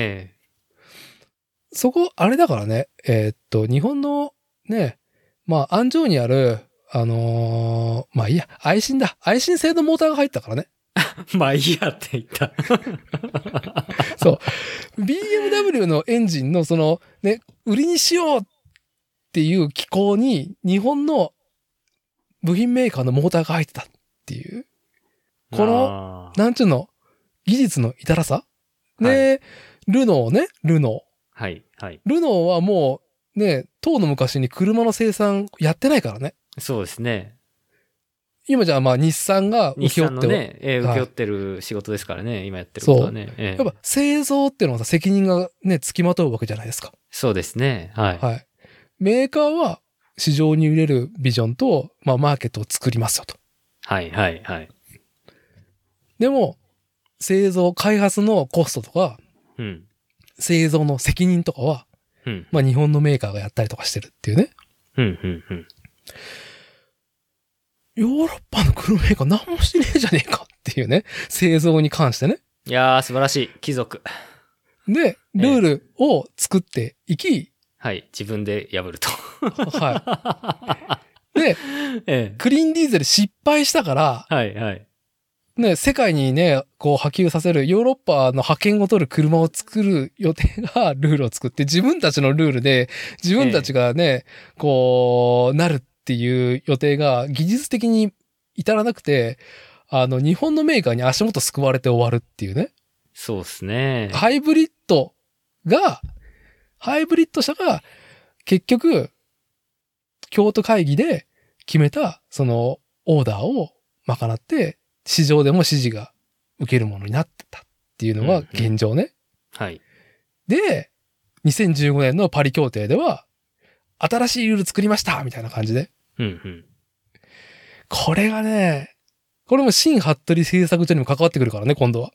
そこ、あれだからね、日本のね、まあ、安城にある、まあいいや、愛信製のモーターが入ったからね。 まあいいやって言った。 そう。BMW のエンジンのその、ね、売りにしようっていう機構に日本の部品メーカーのモーターが入ってたっていう。この、なんちゅうの、技術の至らさで、ルノー。ルノーはもうね、当の昔に車の生産やってないからね。 そうですね。 今じゃあまあ日産が請け負ってね、請け負ってる仕事ですからね、今やってることはね。 やっぱ製造っていうのはさ、責任がね、付きまとうわけじゃないですか。 そうですね。 メーカーは市場に売れるビジョンと、まあマーケットを作りますよと。でも、製造、開発のコストとか、製造の責任とかは、まあ日本のメーカーがやったりとかしてるっていうね。ヨーロッパの車メーカー何もしてねえじゃねえかっていうね。製造に関してね。 いやー、素晴らしい。貴族。 で、ルールを作っていき、 自分で破ると。 で、クリーンディーゼル失敗したから、ね、世界にね、こう波及させるヨーロッパの覇権を取る車を作る予定がルールを作って、自分たちのルールで、自分たちがね、こう、なるっていう予定が技術的に至らなくて、日本のメーカーに足元すくわれて終わるっていうね。 そうですね。 ハイブリッド車が、結局、京都会議で決めた、その、オーダーを賄って、市場でも支持が受けるものになってたっていうのが現状ね。で、2015年のパリ協定では、新しいルール作りましたみたいな感じで。これがね、これも新服部製作所にも関わってくるからね、今度は。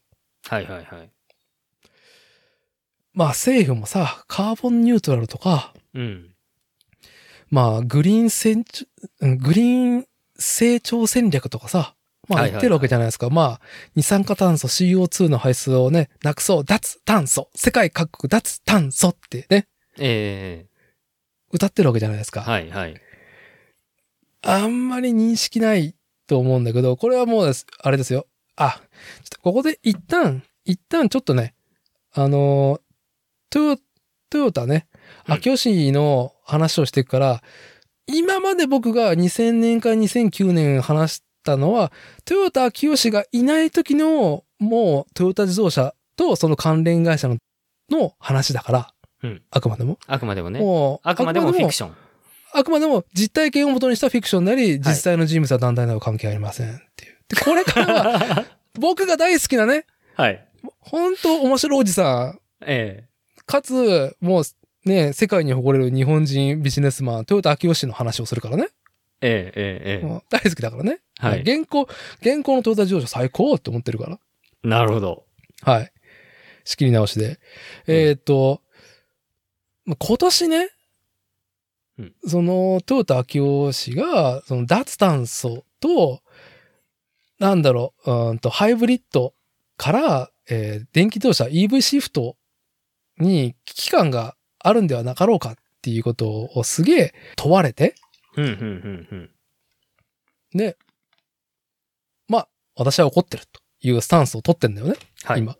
まあ政府もさ、カーボンニュートラルとか、まあグリーン成長戦略とかさ、まあ言ってるわけじゃないですか。まあ、二酸化炭素 CO2 の排出をね、なくそう、脱炭素、世界各国脱炭素ってね。歌ってるわけじゃないですか。あんまり認識ないと思うんだけど、これはもうあれですよ。ちょっとここで一旦ちょっとね、トヨタね、 秋吉の話をしていくから、今まで僕が2000年から2009年話したのは、トヨタ秋吉がいない時の、もうトヨタ自動車とその関連会社の話だから、あくまでも。 あくまでもね。 もうあくまでもフィクション。 あくまでも実体験を元にしたフィクションなり、実際の人物は団体など関係ありませんっていう。で、これからは、僕が大好きなね、 はい。 本当面白いおじさん。かつ、もうね、世界に誇れる日本人ビジネスマン、トヨタ秋吉の話をするからね。大好きだからね。はい。現行のトヨタ自動車最高って思ってるから。 なるほど。 はい。仕切り直しで。今年ね、そのトヨタ秋吉が、その脱炭素と、ハイブリッドから、電気自動車 EV シフトに危機感があるんではなかろうかっていうことをすげえ問われて。で、まあ、私は怒ってるというスタンスを取ってんだよね。はい。今。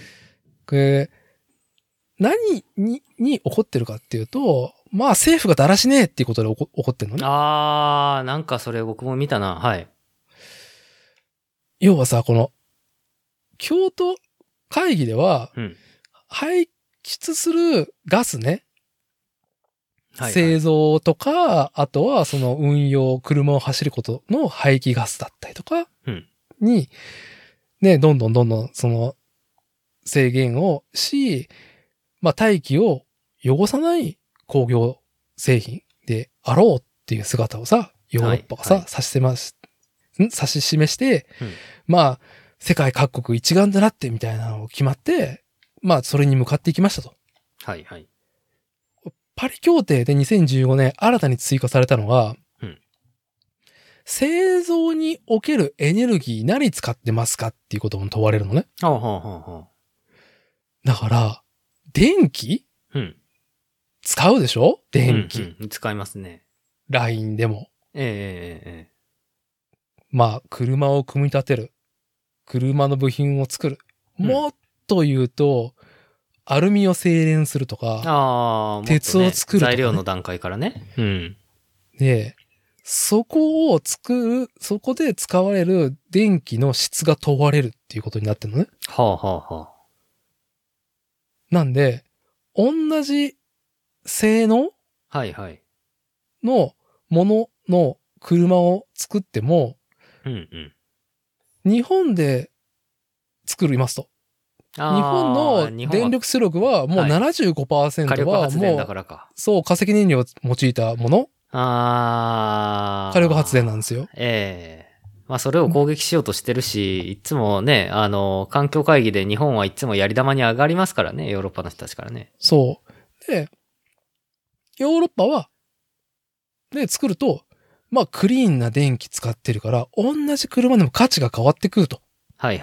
何に怒ってるかっていうと、まあ政府がだらしねえっていうことで怒ってんのね。 なんかそれ僕も見たな。はい。 要はさ、この、京都会議では、排出するガスね、製造とか、あとはその運用、車を走ることの排気ガスだったりとかに、ね、どんどんその制限をし、まあ大気を汚さない工業製品であろうっていう姿をさ、ヨーロッパがさ、指し示して、まあ、世界各国一丸となってみたいなのを決まって、まあ、それに向かっていきましたと。 はいはい。 パリ協定で2015年新たに追加されたのが、製造におけるエネルギー何使ってますかっていうことも問われるのね。だから、電気使うでしょ電気、 使いますね。 LINE でも。まあ、車を組み立てる。車の部品を作る。もっと言うと、アルミを精錬するとか、鉄を作るとか、 材料の段階からね。 で、そこで使われる電気の質が問われるっていうことになってるのね。なんで、同じ性能のものの車を作っても、日本で作りますと。日本の電力出力はもう 75% はもう、そう、化石燃料を用いたもの。火力発電なんですよ。 まあそれを攻撃しようとしてるし、いつもね、環境会議で日本はいつもやり玉に上がりますからね、ヨーロッパの人たちからね。 そう。で、ヨーロッパは、で、作ると、まあクリーンな電気使ってるから、同じ車でも価値が変わってくると。 はい。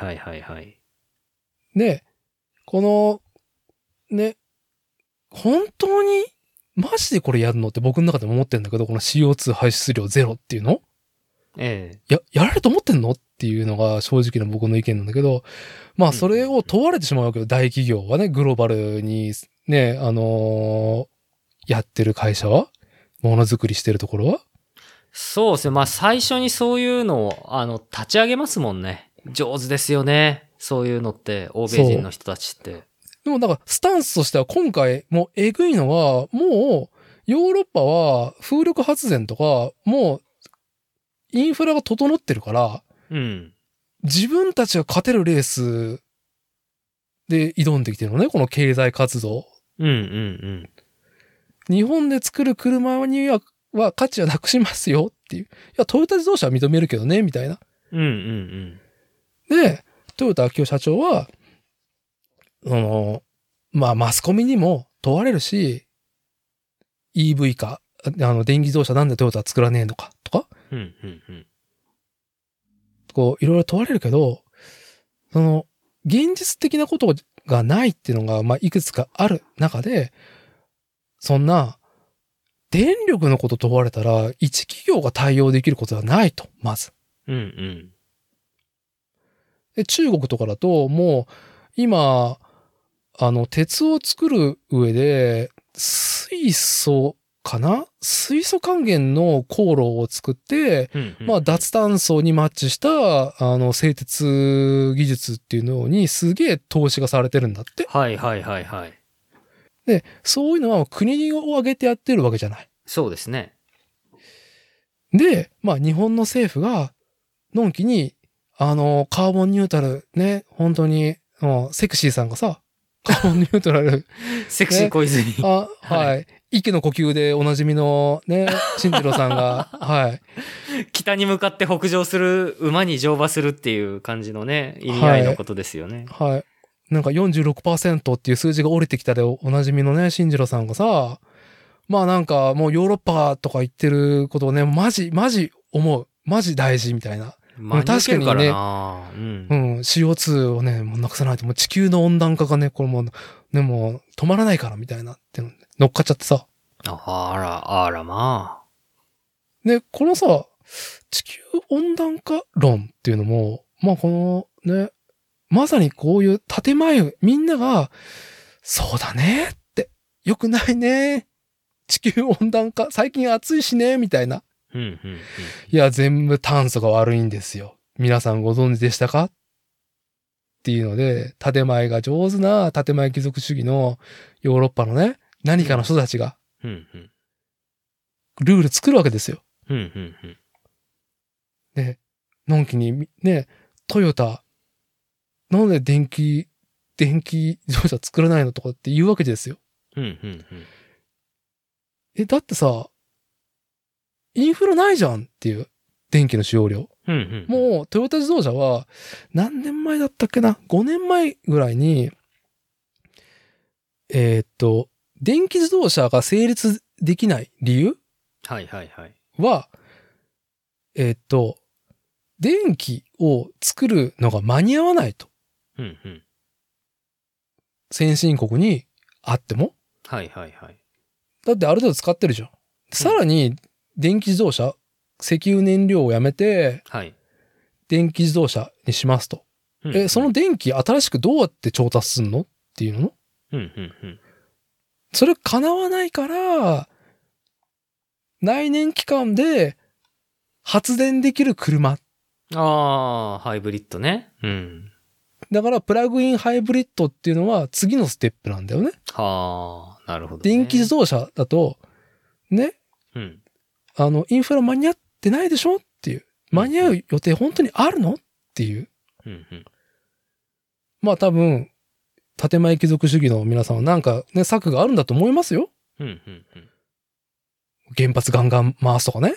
で、この、ね、本当にマジでこれやるのって僕の中でも思ってるんだけど、この CO2 排出量ゼロっていうのやられると思ってんのっていうのが正直な僕の意見なんだけど、まあそれを問われてしまうわけよ。大企業はね、グローバルにね、やってる会社は、ものづくりしてるところは。 そうですね。まあ最初にそういうのを、立ち上げますもんね。上手ですよね。そういうのって、欧米人の人たちって。 でもだから、スタンスとしては今回、もうえぐいのは、もう、ヨーロッパは風力発電とか、もう、インフラが整ってるから、自分たちが勝てるレースで挑んできてるのね、この経済活動。日本で作る車には価値はなくしますよっていう。いや、トヨタ自動車は認めるけどね、みたいな。で、トヨタ秋夫社長は、まあ、マスコミにも問われるし、EV か、電気自動車なんでトヨタは作らねえのか、とか、こう、いろいろ問われるけど、現実的なことがないっていうのが、まあ、いくつかある中で、そんな、電力のこと問われたら、一企業が対応できることはないと、まず。で、中国とかだと、もう、今、鉄を作る上で、水水素かな？水素還元の航路を作って、まあ脱炭素にマッチした製鉄技術っていうのにすげえ投資がされてるんだって。 はいはいはいはい。 で、そういうのは国を挙げてやってるわけじゃない。 そうですね。 で、まあ日本の政府がのんきにカーボンニュートラルね、本当にセクシーさんがさ、カーボンニュートラル、 セクシー小泉、 ね、はい。息の呼吸でおなじみのね、進次郎さんが、はい。 北に向かって北上する、馬に乗馬するっていう感じのね、意味合いのことですよね。 はい。はい、なんか 46% っていう数字が降りてきたでおなじみのね、進次郎さんがさ、まあなんかもうヨーロッパとか言ってることをね、マジ思う。マジ大事みたいな。確かにね、CO2 をね、もうなくさないと、もう地球の温暖化がね、これもう、ね、もう止まらないからみたいなって乗っかっちゃってさ。 あらまあ。 で、このさ、地球温暖化論っていうのも、まあこのね、まさにこういう建前、みんなが、そうだねって、よくないね。地球温暖化、最近暑いしね、みたいな。いや、全部炭素が悪いんですよ。皆さんご存知でしたかっていうので、建前が上手な建前貴族主義のヨーロッパのね、何かの人たちが、ルール作るわけですよ。で、のんきにね、トヨタ、なんで電気自動車作らないのとかって言うわけですよ。だってさ、インフラないじゃんっていう、電気の使用量。もう、トヨタ自動車は、何年前だったっけな ?5 年前ぐらいに、電気自動車が成立できない理由は、電気を作るのが間に合わないと。先進国にあっても。だってある程度使ってるじゃん。さらに、電気自動車、石油燃料をやめて、電気自動車にしますと。その電気新しくどうやって調達すんのっていうの？それ叶わないから、内燃機関で発電できる車。 ハイブリッドね。 だから、プラグインハイブリッドっていうのは次のステップなんだよね。 なるほど、ね。 電気自動車だと、ね。インフラ間に合ってないでしょっていう。間に合う予定本当にあるのっていう。まあ多分、建前貴族主義の皆さんはなんかね、策があるんだと思いますよ。原発ガンガン回すとかね。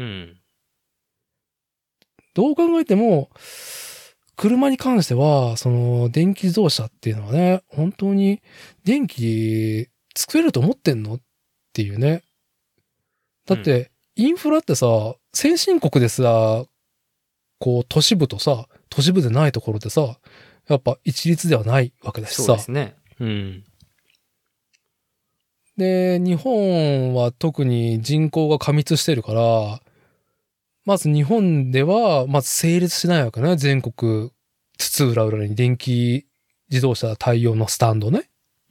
どう考えても、車に関しては、その、電気自動車っていうのはね、本当に電気作れると思ってんのっていうね。だって、インフラってさ、先進国でさ、こう、都市部とさ、都市部でないところでさ、やっぱ一律ではないわけだしさ。 そうですね。 で、日本は特に人口が過密してるから、まず日本では、まず成立しないわけね。全国、津々浦々に電気自動車対応のスタンドね。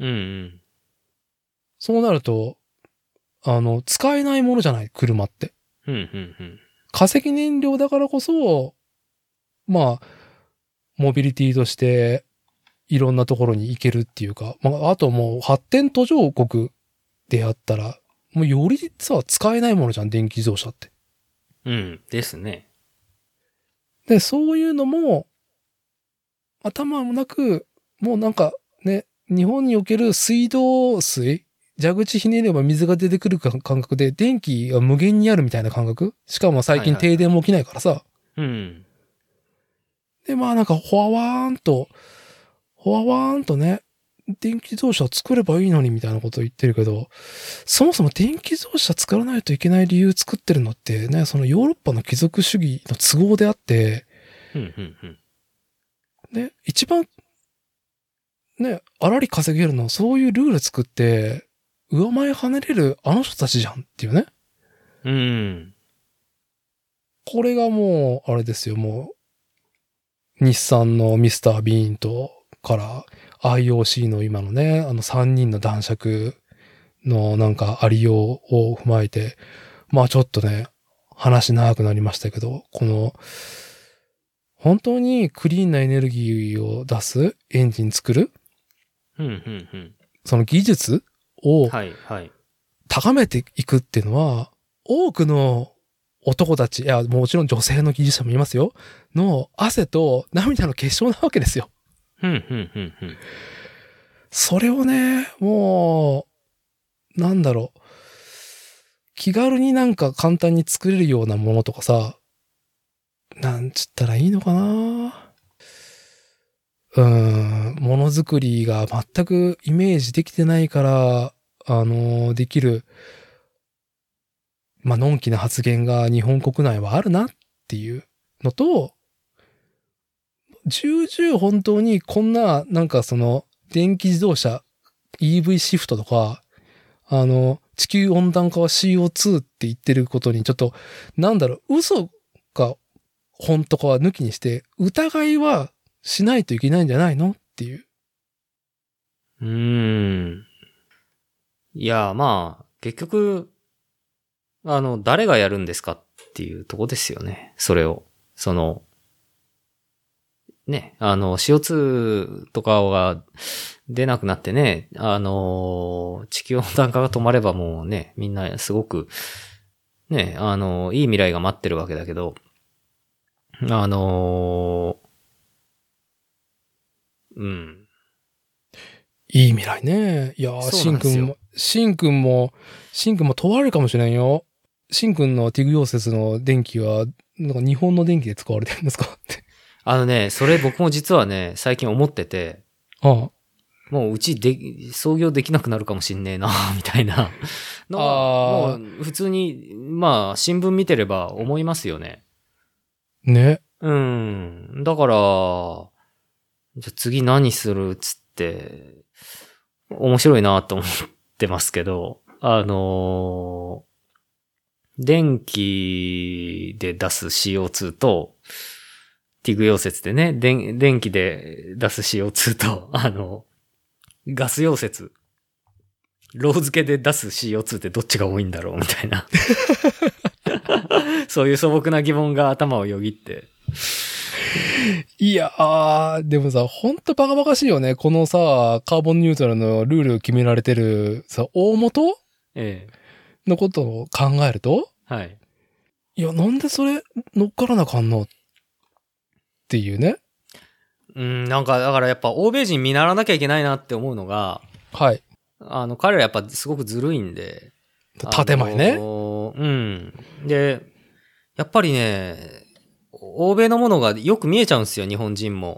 そうなると、使えないものじゃない、車って。化石燃料だからこそ、まあ、モビリティとして、いろんなところに行けるっていうか、まあ、あともう発展途上国であったら、もうよりさ、使えないものじゃん、電気自動車って。 ですね。 で、そういうのも、頭もなく、もうなんかね、日本における水道水、蛇口ひねれば水が出てくる感覚で、電気が無限にあるみたいな感覚？しかも最近停電も起きないからさ。で、まあなんか、ほわーんとね、電気自動車を作ればいいのにみたいなことを言ってるけど、そもそも電気自動車作らないといけない理由作ってるのってね、そのヨーロッパの貴族主義の都合であって、ね、一番、ね、あらり稼げるのはそういうルール作って、上前跳ねれるあの人たちじゃんっていうね。これがもう、あれですよ、もう、日産のミスター・ビーンとから、IOC の今のね、3人の男爵のなんかありようを踏まえて、まあちょっとね、話長くなりましたけど、この、本当にクリーンなエネルギーを出すエンジン作る、その技術を高めていくっていうのは、多くの男たち、いや、もちろん女性の技術者もいますよ、の汗と涙の結晶なわけですよ。それをね、もう、なんだろう、気軽になんか簡単に作れるようなものとかさ、なんつったらいいのかな、ものづくりが全くイメージできてないから、できる、まあ、のんきな発言が日本国内はあるなっていうのと、重々本当にこんな、なんかその、電気自動車、EV シフトとか、地球温暖化は CO2 って言ってることにちょっと、なんだろう、嘘か本当かは抜きにして、疑いはしないといけないんじゃないのっていう。 いや、まあ、結局、誰がやるんですかっていうとこですよね。それを。ね、CO2 とかが出なくなってね、地球温暖化が止まればもうね、みんなすごく、ね、いい未来が待ってるわけだけど、 いい未来ね。いやー、シンくんも問われるかもしれんよ。シンくんのティグ溶接の電気は、なんか日本の電気で使われてるんですかって。 それ僕も実はね、最近思ってて、もううち創業できなくなるかもしんねえな、みたいなのが、もう普通に、まあ、新聞見てれば思いますよね。 ね。 だから、じゃあ次何するっつって、面白いなと思ってますけど、電気で出す CO2 と、ティグ溶接でね、電気で出す CO2 と、ガス溶接。ロー付けで出す CO2 ってどっちが多いんだろうみたいな。そういう素朴な疑問が頭をよぎって。 いやー、でもさ、ほんとバカバカしいよね。このさ、カーボンニュートラルのルール決められてるさ、大元のことを考えると、 はい。 いや、なんでそれ乗っからなあかんのっていうね。 なんか、だからやっぱ欧米人見習わなきゃいけないなって思うのが、 はい。 彼らやっぱすごくずるいんで。 建前ね。 で、やっぱりね、欧米のものがよく見えちゃうんですよ、日本人も。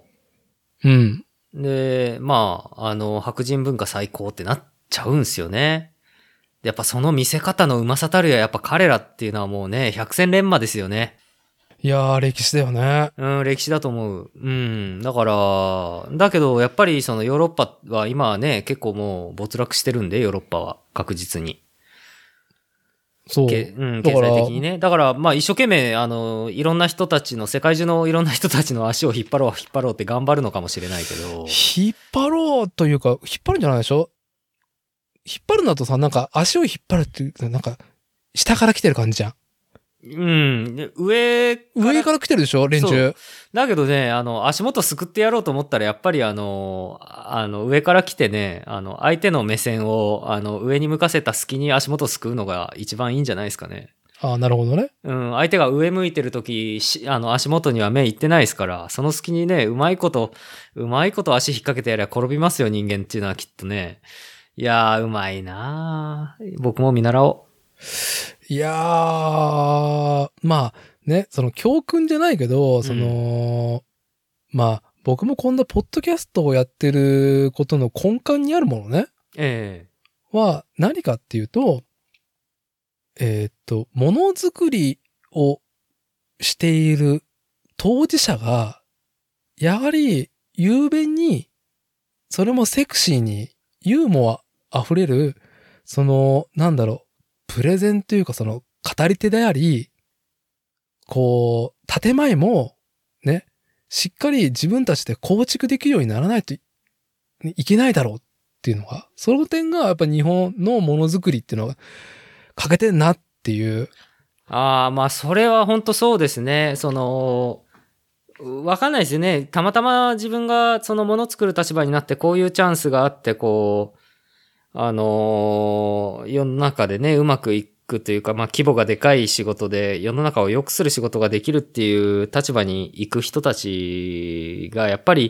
で、まあ、白人文化最高ってなっちゃうんですよね。やっぱその見せ方のうまさたるや、やっぱ彼らっていうのはもうね、百戦錬磨ですよね。 いやー、歴史だよね。 歴史だと思う。だから、だけど、やっぱりそのヨーロッパは今はね、結構もう没落してるんで、ヨーロッパは。確実に。 そう。 経済的にね。だから、まあ一生懸命、いろんな人たちの、世界中のいろんな人たちの足を引っ張ろうって頑張るのかもしれないけど。 引っ張ろうというか、引っ張るんじゃないでしょ？引っ張るんだとさ、なんか足を引っ張るっていう、なんか、下から来てる感じじゃん。上から来てるでしょ連中。 だけどね、足元すくってやろうと思ったら、やっぱり上から来てね、相手の目線を、上に向かせた隙に足元すくうのが一番いいんじゃないですかね。 ああ、なるほどね。 相手が上向いてるとき、足元には目いってないですから、その隙にね、うまいこと足引っ掛けてやれば転びますよ、人間っていうのはきっとね。いやー、うまいなー。僕も見習おう。 いやー、まあね、その教訓じゃないけど、まあ僕もこんなポッドキャストをやってることの根幹にあるものね。は何かっていうと、ものづくりをしている当事者が、やはり雄弁に、それもセクシーにユーモア溢れる、なんだろう、プレゼンというか語り手であり、こう、建前も、ね、しっかり自分たちで構築できるようにならないといけないだろうっっていうのが、その点がやっぱ日本のものづくりっていうのが欠けてんなっていう。 まあそれは本当そうですね。わかんないですよね。たまたま自分がそのもの作る立場になってこういうチャンスがあって、世の中でね、うまくいくというか、まあ規模がでかい仕事で世の中を良くする仕事ができるっていう立場に行く人たちが、やっぱり、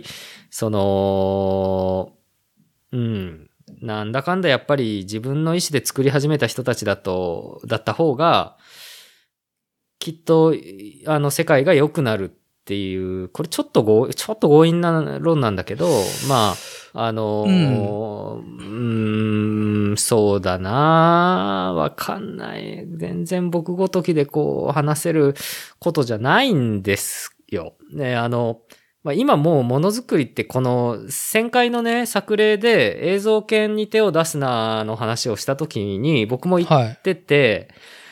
なんだかんだやっぱり自分の意思で作り始めた人たちだった方が、きっと、世界が良くなるっていう、これちょっと強引な論なんだけど、まあ、そうだな、わかんない。全然僕ごときでこう話せることじゃないんですよ。ね、まあ、今もうものづくりってこの1000回のね、作例で映像研に手を出すなの話をしたときに僕も言ってて、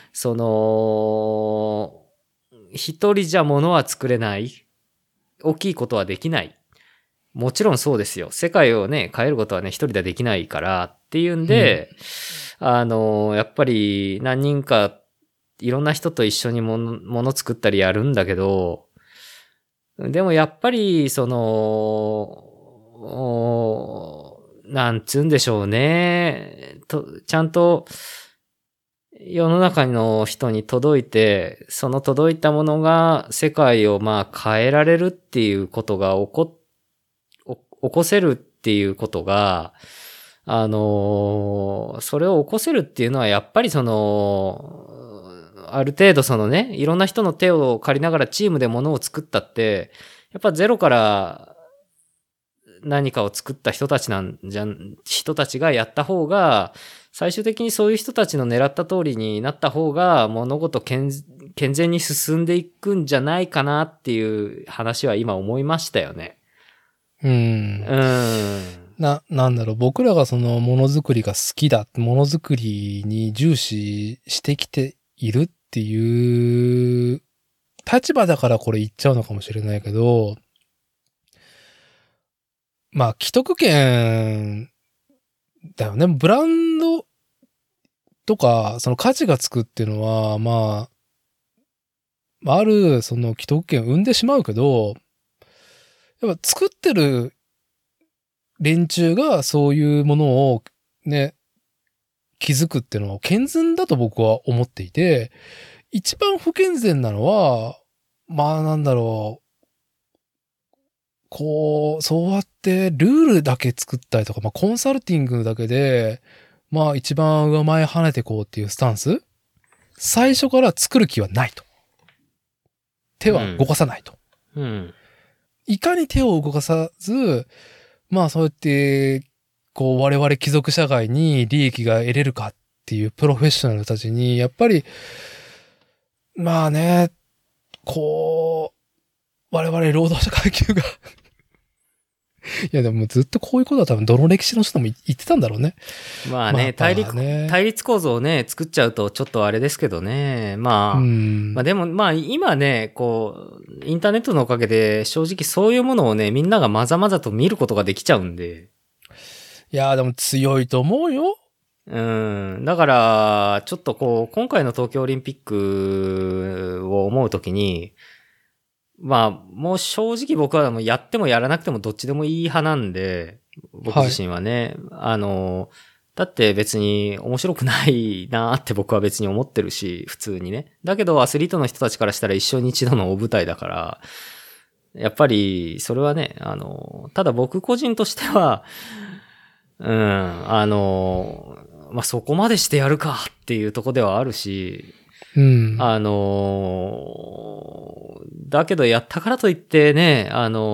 一人じゃ物は作れない。大きいことはできない。もちろんそうですよ。世界をね、変えることはね、一人ではできないからっていうんで、やっぱり何人かいろんな人と一緒にもの作ったりやるんだけど、でもやっぱり、なんつうんでしょうね。ちゃんと、世の中の人に届いて、その届いたものが世界をまあ変えられるっていうことが起こせるっていうことが、それを起こせるっていうのはやっぱりある程度ね、いろんな人の手を借りながらチームで物を作ったって、やっぱゼロから何かを作った人たちがやった方が、最終的にそういう人たちの狙った通りになった方が物事健全に進んでいくんじゃないかなっていう話は今思いましたよね。 なんだろう、僕らがそのものづくりが好きだ、ものづくりに重視してきているっていう立場だからこれ言っちゃうのかもしれないけど、まあ、既得権だよね。ブランドとか、その価値がつくっていうのは、まあ、ある、その既得権を生んでしまうけど、やっぱ作ってる連中がそういうものをね、気づくっていうのは健全だと僕は思っていて、一番不健全なのは、まあなんだろう、そうやってルールだけ作ったりとか、まあコンサルティングだけで、まあ一番上前跳ねてこうっていうスタンス、最初から作る気はないと。手は動かさないと。いかに手を動かさず、まあそうやって、こう我々貴族社会に利益が得れるかっていうプロフェッショナルたちに、やっぱり、まあね、こう、我々労働者階級がいやでもずっとこういうことは多分どの歴史の人も言ってたんだろうね。 まあね、対立構造をね、作っちゃうとちょっとあれですけどね。まあでもまあ今ね、こう、インターネットのおかげで正直そういうものをね、みんながまざまざと見ることができちゃうんで。 いやでも強いと思うよ。 だから、ちょっとこう、今回の東京オリンピックを思うときに、まあ、もう正直僕はもうやってもやらなくてもどっちでもいい派なんで、僕自身はね、だって別に面白くないなって僕は別に思ってるし、普通にね。だけどアスリートの人たちからしたら一生に一度の大舞台だから、やっぱりそれはね、ただ僕個人としては、まあ、そこまでしてやるかっていうとこではあるし、だけどやったからといってね、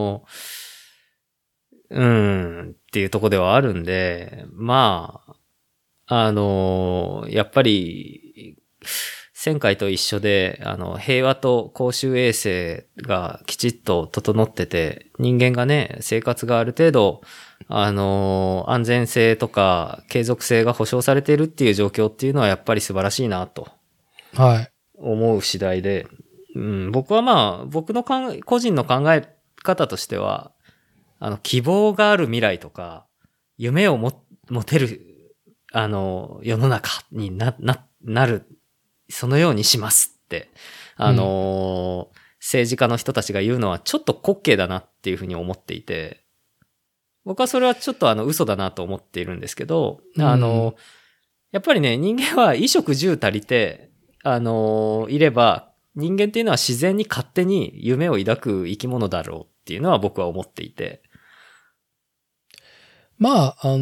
っていうとこではあるんで、まあ、やっぱり、1000回と一緒で、平和と公衆衛生がきちっと整ってて、人間がね、生活がある程度、安全性とか継続性が保障されているっていう状況っていうのはやっぱり素晴らしいなと。 はい。 思う次第で、僕はまあ、僕の個人の考え方としては、希望がある未来とか、夢を持持てる、世の中になる、そのようにしますって、政治家の人たちが言うのはちょっと滑稽だなっていうふうに思っていて、僕はそれはちょっと嘘だなと思っているんですけど、やっぱりね、人間は衣食住足りて、いれば、人間っていうのは自然に勝手に夢を抱く生き物だろうっていうのは僕は思っていて。 まあ、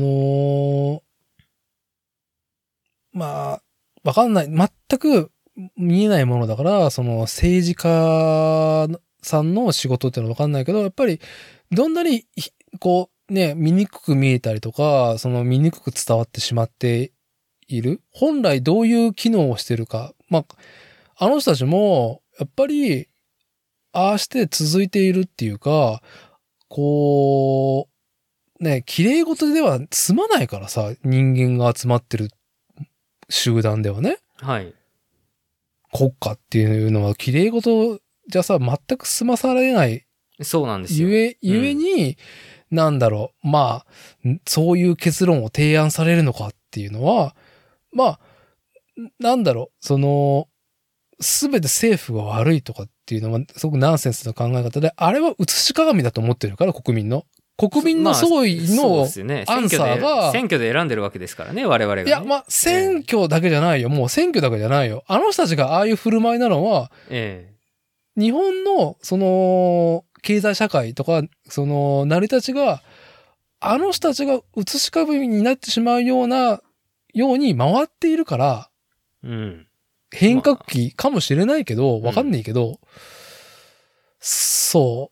まあ、わかんない。全く見えないものだから、その政治家さんの仕事っていうのはわかんないけど、やっぱり、どんなに、こうね、見にくく見えたりとか、その見にくく伝わってしまっている。本来どういう機能をしてるか。まあ、あの人たちも、やっぱり、ああして続いているっていうか、こう、ね、綺麗事では済まないからさ、人間が集まってる集団ではね。 はい。 国家っていうのは綺麗事じゃさ、全く済まされない。 そうなんですよ。 ゆえに、なんだろう、まあ、そういう結論を提案されるのかっていうのは、まあ、なんだろう、すべて政府が悪いとかっていうのは、すごくナンセンスな考え方で、あれは映し鏡だと思ってるから、国民の。国民の総意のアンサーが、 選挙で選んでるわけですからね、我々が、ね。 いや、まあ、選挙だけじゃないよ。もう選挙だけじゃないよ。あの人たちがああいう振る舞いなのは、日本の、経済社会とか、成り立ちが、あの人たちが映し鏡になってしまうように回っているから、変革期かもしれないけど、わかんないけど、そう。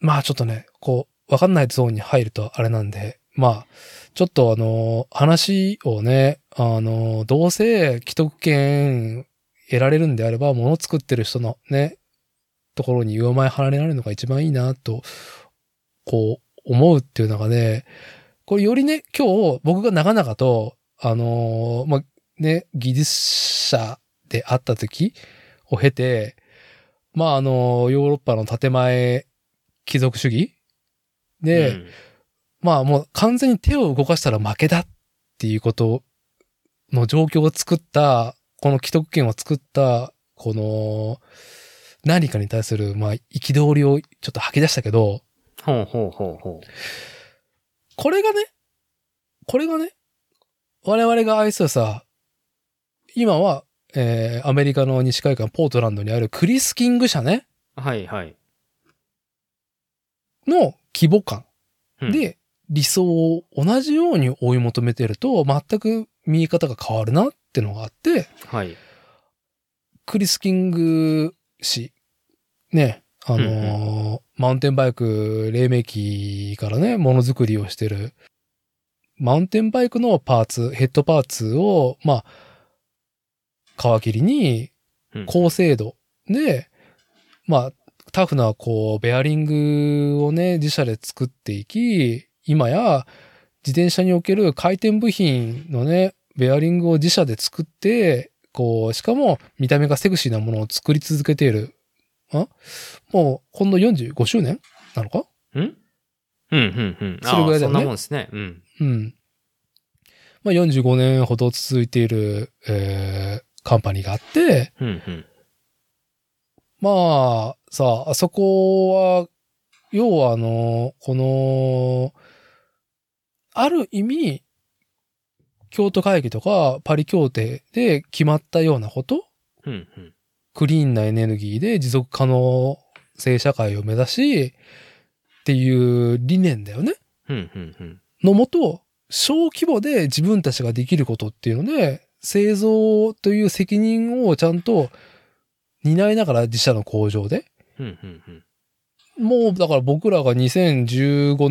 まあちょっとね、わかんないゾーンに入るとあれなんで、まあ、ちょっと話をね、どうせ既得権得られるんであれば、物作ってる人のね、ところに上前払られるのが一番いいなと、思うっていうのがね、これよりね、今日僕が長々と、まあ、ね、技術者であった時を経て、まあヨーロッパの建前貴族主義で、まあもう完全に手を動かしたら負けだっていうことの状況を作った、この既得権を作った、何かに対する、まあ、憤りをちょっと吐き出したけど、これがね、我々が愛するさ、今は、アメリカの西海岸ポートランドにあるクリス・キング社ね。 はいはい。 の規模感で理想を同じように追い求めてると全く見え方が変わるなってのがあって、 はい。 クリス・キング氏、ね、マウンテンバイク黎明期からね、ものづくりをしてる、マウンテンバイクのパーツ、ヘッドパーツを、まあ、皮切りに、高精度で、まあ、タフな、ベアリングをね、自社で作っていき、今や、自転車における回転部品のね、ベアリングを自社で作って、しかも見た目がセクシーなものを作り続けている。もう、今度45周年なのか？ それぐらいだよね。そんなもんですね。 まあ、45年ほど続いている、カンパニーがあって、まあ、さ、あそこは、要はある意味、京都会議とかパリ協定で決まったようなこと、クリーンなエネルギーで持続可能性社会を目指し、っていう理念だよね。のもと、小規模で自分たちができることっていうので、製造という責任をちゃんと担いながら自社の工場で。もう、だから僕らが2016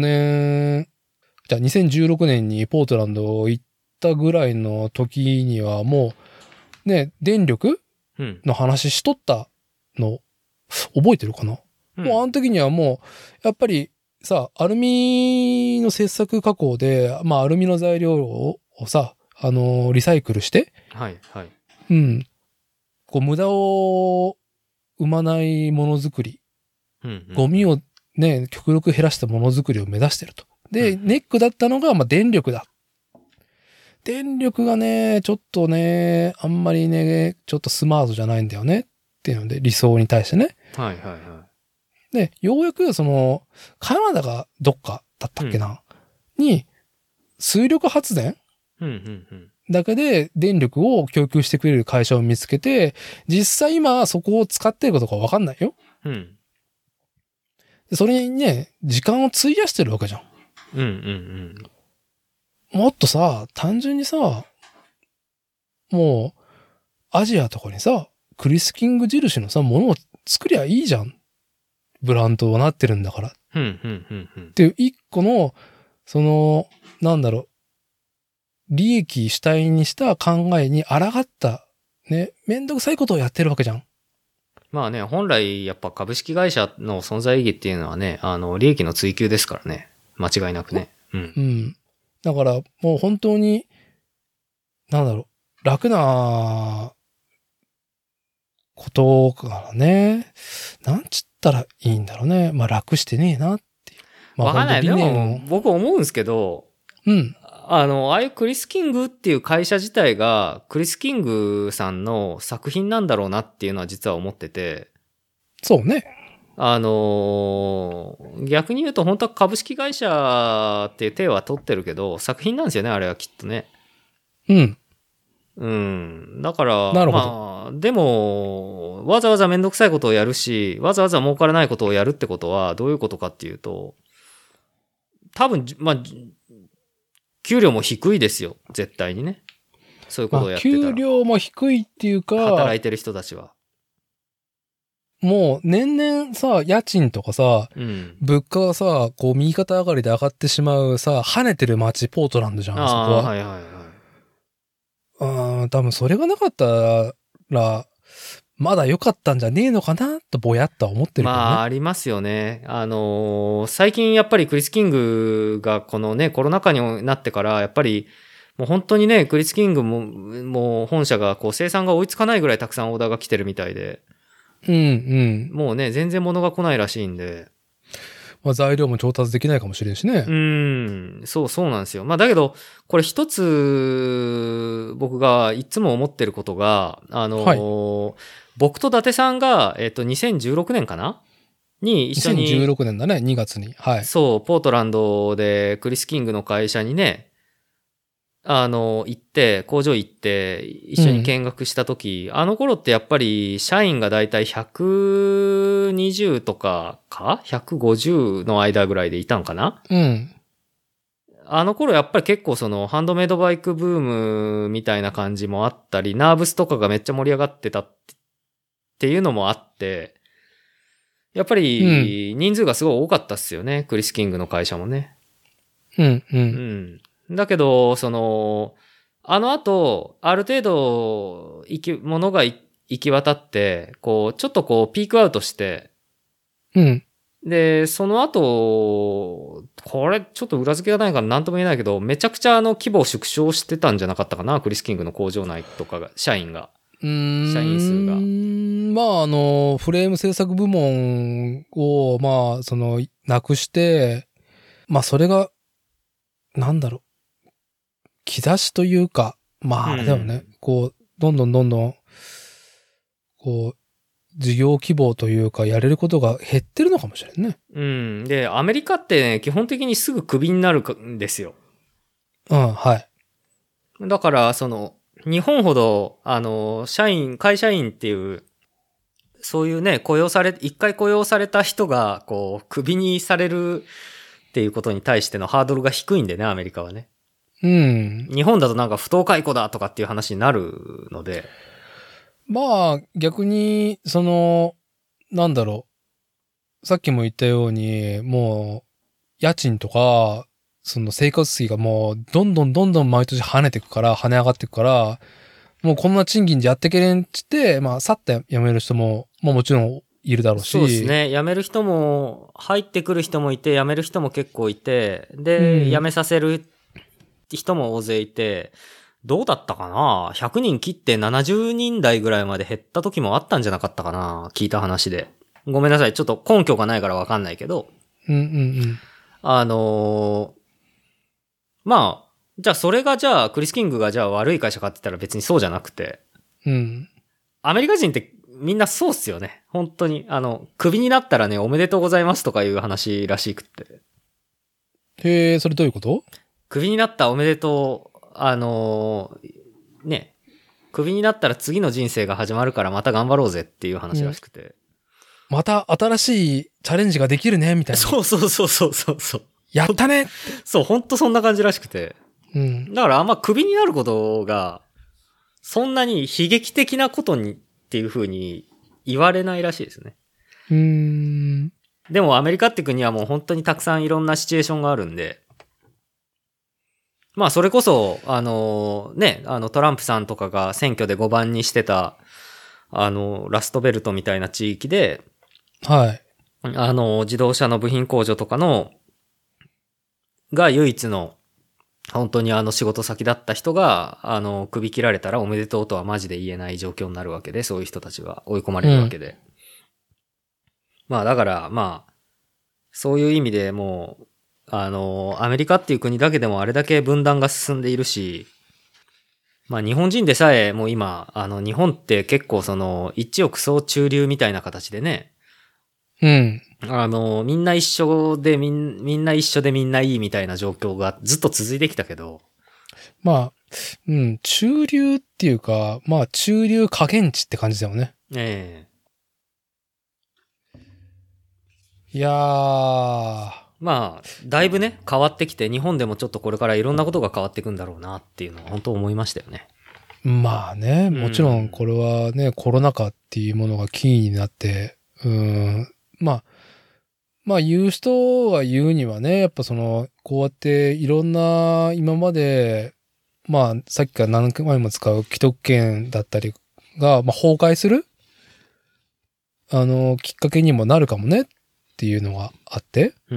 年にポートランド行ったぐらいの時にはもう、ね、電力の話しとったの、覚えてるかな？もうあの時にはもう、やっぱりさ、アルミの切削加工で、まあアルミの材料をさ、リサイクルして、無駄を生まないものづくり、ゴミをね、極力減らしたものづくりを目指してると。で、ネックだったのが、まあ電力だ。 電力がね、ちょっとね、あんまりね、ちょっとスマートじゃないんだよねっていうので、理想に対してね。 はいはいはい。 で、ようやくカナダがどっかだったっけな、に、水力発電だけで電力を供給してくれる会社を見つけて、実際今そこを使ってるかどうかわかんないよ。それにね、時間を費やしてるわけじゃん。もっとさ、単純にさ、もう、アジアとかにさ、クリス・キング印のさ、ものを作りゃいいじゃん。ブランドはなってるんだから。っていう一個の、なんだろう、利益主体にした考えに抗った、ね、めんどくさいことをやってるわけじゃん。 まあね、本来やっぱ株式会社の存在意義っていうのはね、利益の追求ですからね。間違いなくね。 だからもう本当に、なんだろう、楽なことからね、なんちったらいいんだろうね。まあ楽してねえなっていう。まあわかんない。でも僕思うんですけど、ああいうクリス・キングっていう会社自体が、クリス・キングさんの作品なんだろうなっていうのは実は思ってて。 そうね。 逆に言うと本当は株式会社っていう手は取ってるけど、作品なんですよね、あれはきっとね。だから、まあ、でも、わざわざめんどくさいことをやるし、わざわざ儲からないことをやるってことは、どういうことかっていうと、多分、まあ、給料も低いですよ。絶対にね。そういうことをやってたら。 給料も低いっていうか、 働いてる人たちは。 もう年々さ、家賃とかさ、物価がさ、こう右肩上がりで上がってしまうさ、跳ねてる街、ポートランドじゃん、そこは。 はいはいはい。 多分それがなかったら、まだ良かったんじゃねえのかなとぼやっとは思ってるけどね。 まあ、ありますよね。最近やっぱりクリス・キングがこのね、コロナ禍になってから、やっぱり、もう本当にね、クリス・キングもう本社がこう生産が追いつかないぐらいたくさんオーダーが来てるみたいで。もうね、全然物が来ないらしいんで。 まあ、材料も調達できないかもしれんしね。 そうなんですよ。まあだけど、これ一つ、僕がいつも思ってることが、僕と伊達さんが、2016年かなに一緒に。 2016年だね、2月に。はい。 そう、ポートランドでクリス・キングの会社にね、行って、工場行って、一緒に見学したとき、あの頃ってやっぱり社員がだいたい120とか150の間ぐらいでいたんかな。あの頃やっぱり結構ハンドメイドバイクブームみたいな感じもあったり、ナーブスとかがめっちゃ盛り上がってたっていうのもあって、やっぱり人数がすごい多かったっすよね、クリス・キングの会社もね。だけど、あの後、ある程度、物が行き渡って、こう、ちょっとこう、ピークアウトして、で、その後、これ、ちょっと裏付けがないから何とも言えないけど、めちゃくちゃ規模を縮小してたんじゃなかったかな、クリス・キングの工場内とかが、社員が。社員数が。 まあ、フレーム制作部門を、まあ、なくして、まあ、それが、なんだろう。兆しというか、まああれだよね。こう、どんどん、こう、事業規模というか、やれることが減ってるのかもしれんね。 で、アメリカってね、基本的にすぐクビになるんですよ。 はい。 だから、日本ほど、会社員っていう、そういうね、一回雇用された人が、こう、クビにされるっていうことに対してのハードルが低いんでね、アメリカはね。日本だとなんか不当解雇だとかっていう話になるので。 まあ、逆に、なんだろう。さっきも言ったように、もう、家賃とか、生活費がもう、どんどん毎年跳ね上がっていくから、もうこんな賃金でやってけれんって、まあ、さって辞める人も、もちろんいるだろうし。 そうですね。辞める人も、入ってくる人もいて、辞める人も結構いて、で、辞めさせる人も大勢いて、どうだったかな ?100 人切って70人台ぐらいまで減った時もあったんじゃなかったかな聞いた話で。ごめんなさい。ちょっと根拠がないからわかんないけど。まあ、 じゃあそれがじゃあクリス・キングがじゃあ悪い会社かって言ったら別にそうじゃなくて。 うん。 アメリカ人ってみんなそうっすよね。本当に。クビになったらね、おめでとうございますとかいう話らしくって。 へえ、それどういうこと？ クビになったおめでとう、ね。クビになったら次の人生が始まるからまた頑張ろうぜっていう話らしくて。 また新しいチャレンジができるね、みたいな。 そうそうそうそうそう。 やったね。 そう、ほんとそんな感じらしくて。 うん。 だからあんまクビになることが、そんなに悲劇的なことにっていう風に言われないらしいですね。でもアメリカって国はもう本当にたくさんいろんなシチュエーションがあるんで、まあそれこそ、トランプさんとかが選挙で5番にしてた、ラストベルトみたいな地域で、 はい。 自動車の部品工場とかが唯一の、本当に仕事先だった人が、首切られたらおめでとうとはマジで言えない状況になるわけで、そういう人たちは追い込まれるわけで。まあだから、まあ、そういう意味でもう、アメリカっていう国だけでもあれだけ分断が進んでいるし、まあ日本人でさえもう今、日本って結構一億総中流みたいな形でね、 うん。 みんな一緒でみんな一緒でみんないいみたいな状況がずっと続いてきたけど。 まあ、うん、中流っていうか、まあ中流下限値って感じだよね。 ええ。 いやー。 まあ、だいぶね、変わってきて、日本でもちょっとこれからいろんなことが変わっていくんだろうなっていうのは本当思いましたよね。 まあね、もちろんこれはね、コロナ禍っていうものがキーになって、まあ言う人は言うにはね、やっぱこうやっていろんな今まで、まあさっきから何回も使う既得権だったりが、まあ崩壊するきっかけにもなるかもねっていうのがあって。 うん。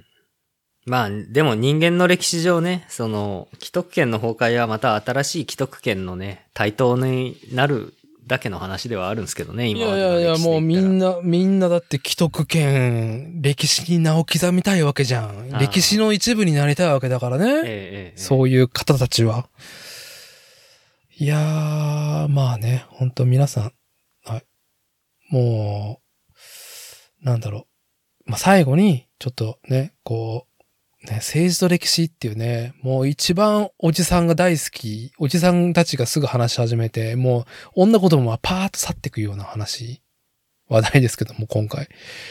まあ、でも人間の歴史上ね、既得権の崩壊はまた新しい既得権のね、台頭になるだけの話ではあるんですけどね、今までの歴史で言ったら。 いや、もうみんなだって既得権、歴史に名を刻みたいわけじゃん。歴史の一部になりたいわけだからね。そういう方たちは。いやー、まあね、ほんと皆さん、はい。もう、なんだろう。まあ最後に、ちょっとね、ね、政治と歴史っていうね、もう一番おじさんが大好き、おじさんたちがすぐ話し始めて、もう女子供はパーッと去っていくような話、話題ですけども、今回。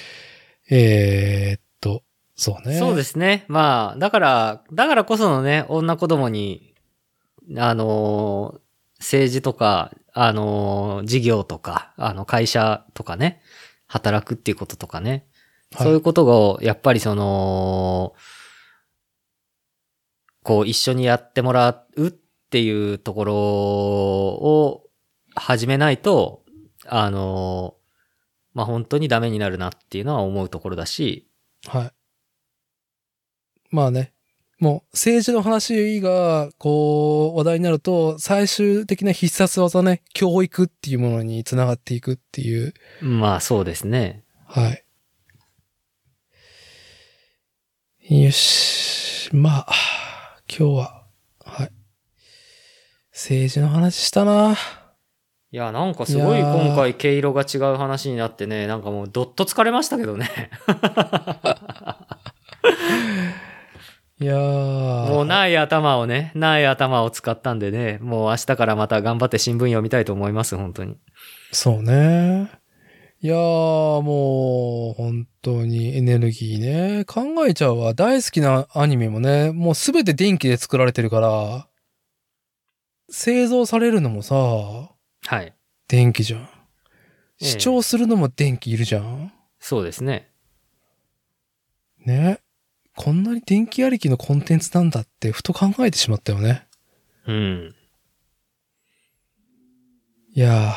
そうね。 そうですね。まあ、だからこそのね、女子供に、政治とか、事業とか、会社とかね、働くっていうこととかね。はい、そういうことを、やっぱり一緒にやってもらうっていうところを始めないと、まあ、本当にダメになるなっていうのは思うところだし。 はい。まあね。もう政治の話が話題になると最終的な必殺技ね、教育っていうものにつながっていくっていう。 まあそうですね。 はい。よし。まあ、今日は、はい。政治の話したな。 いや、なんかすごい今回毛色が違う話になってね、なんかもうどっと疲れましたけどね。いやー。もうない頭を使ったんでね、もう明日からまた頑張って新聞読みたいと思います、本当に。 そうね。いやー、もう、本当にエネルギーね。考えちゃうわ。大好きなアニメもね、もうすべて電気で作られてるから、製造されるのもさ、はい。電気じゃん。視聴するのも電気いるじゃん。 そうですね。 ね。こんなに電気ありきのコンテンツなんだってふと考えてしまったよね。 うん。 いや、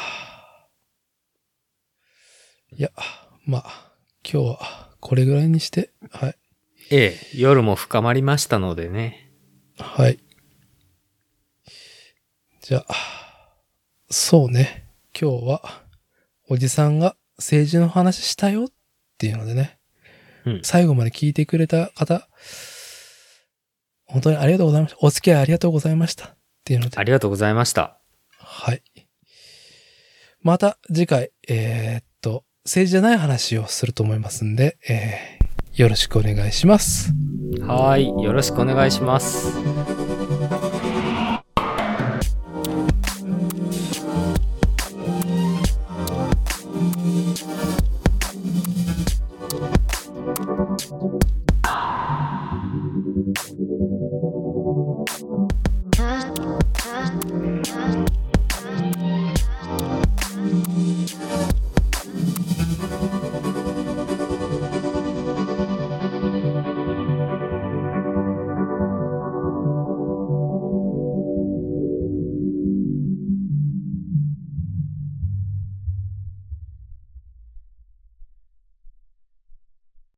まあ、今日はこれぐらいにして、はい。 夜も深まりましたのでね。 はい。じゃあ、そうね。今日は、おじさんが政治の話したよっていうのでね。最後まで聞いてくれた方、 本当にありがとうございました。お付き合いありがとうございました。っていうので。 ありがとうございました。 はい。また次回、政治じゃない話をすると思いますんで、よろしくお願いします。 はい。よろしくお願いします。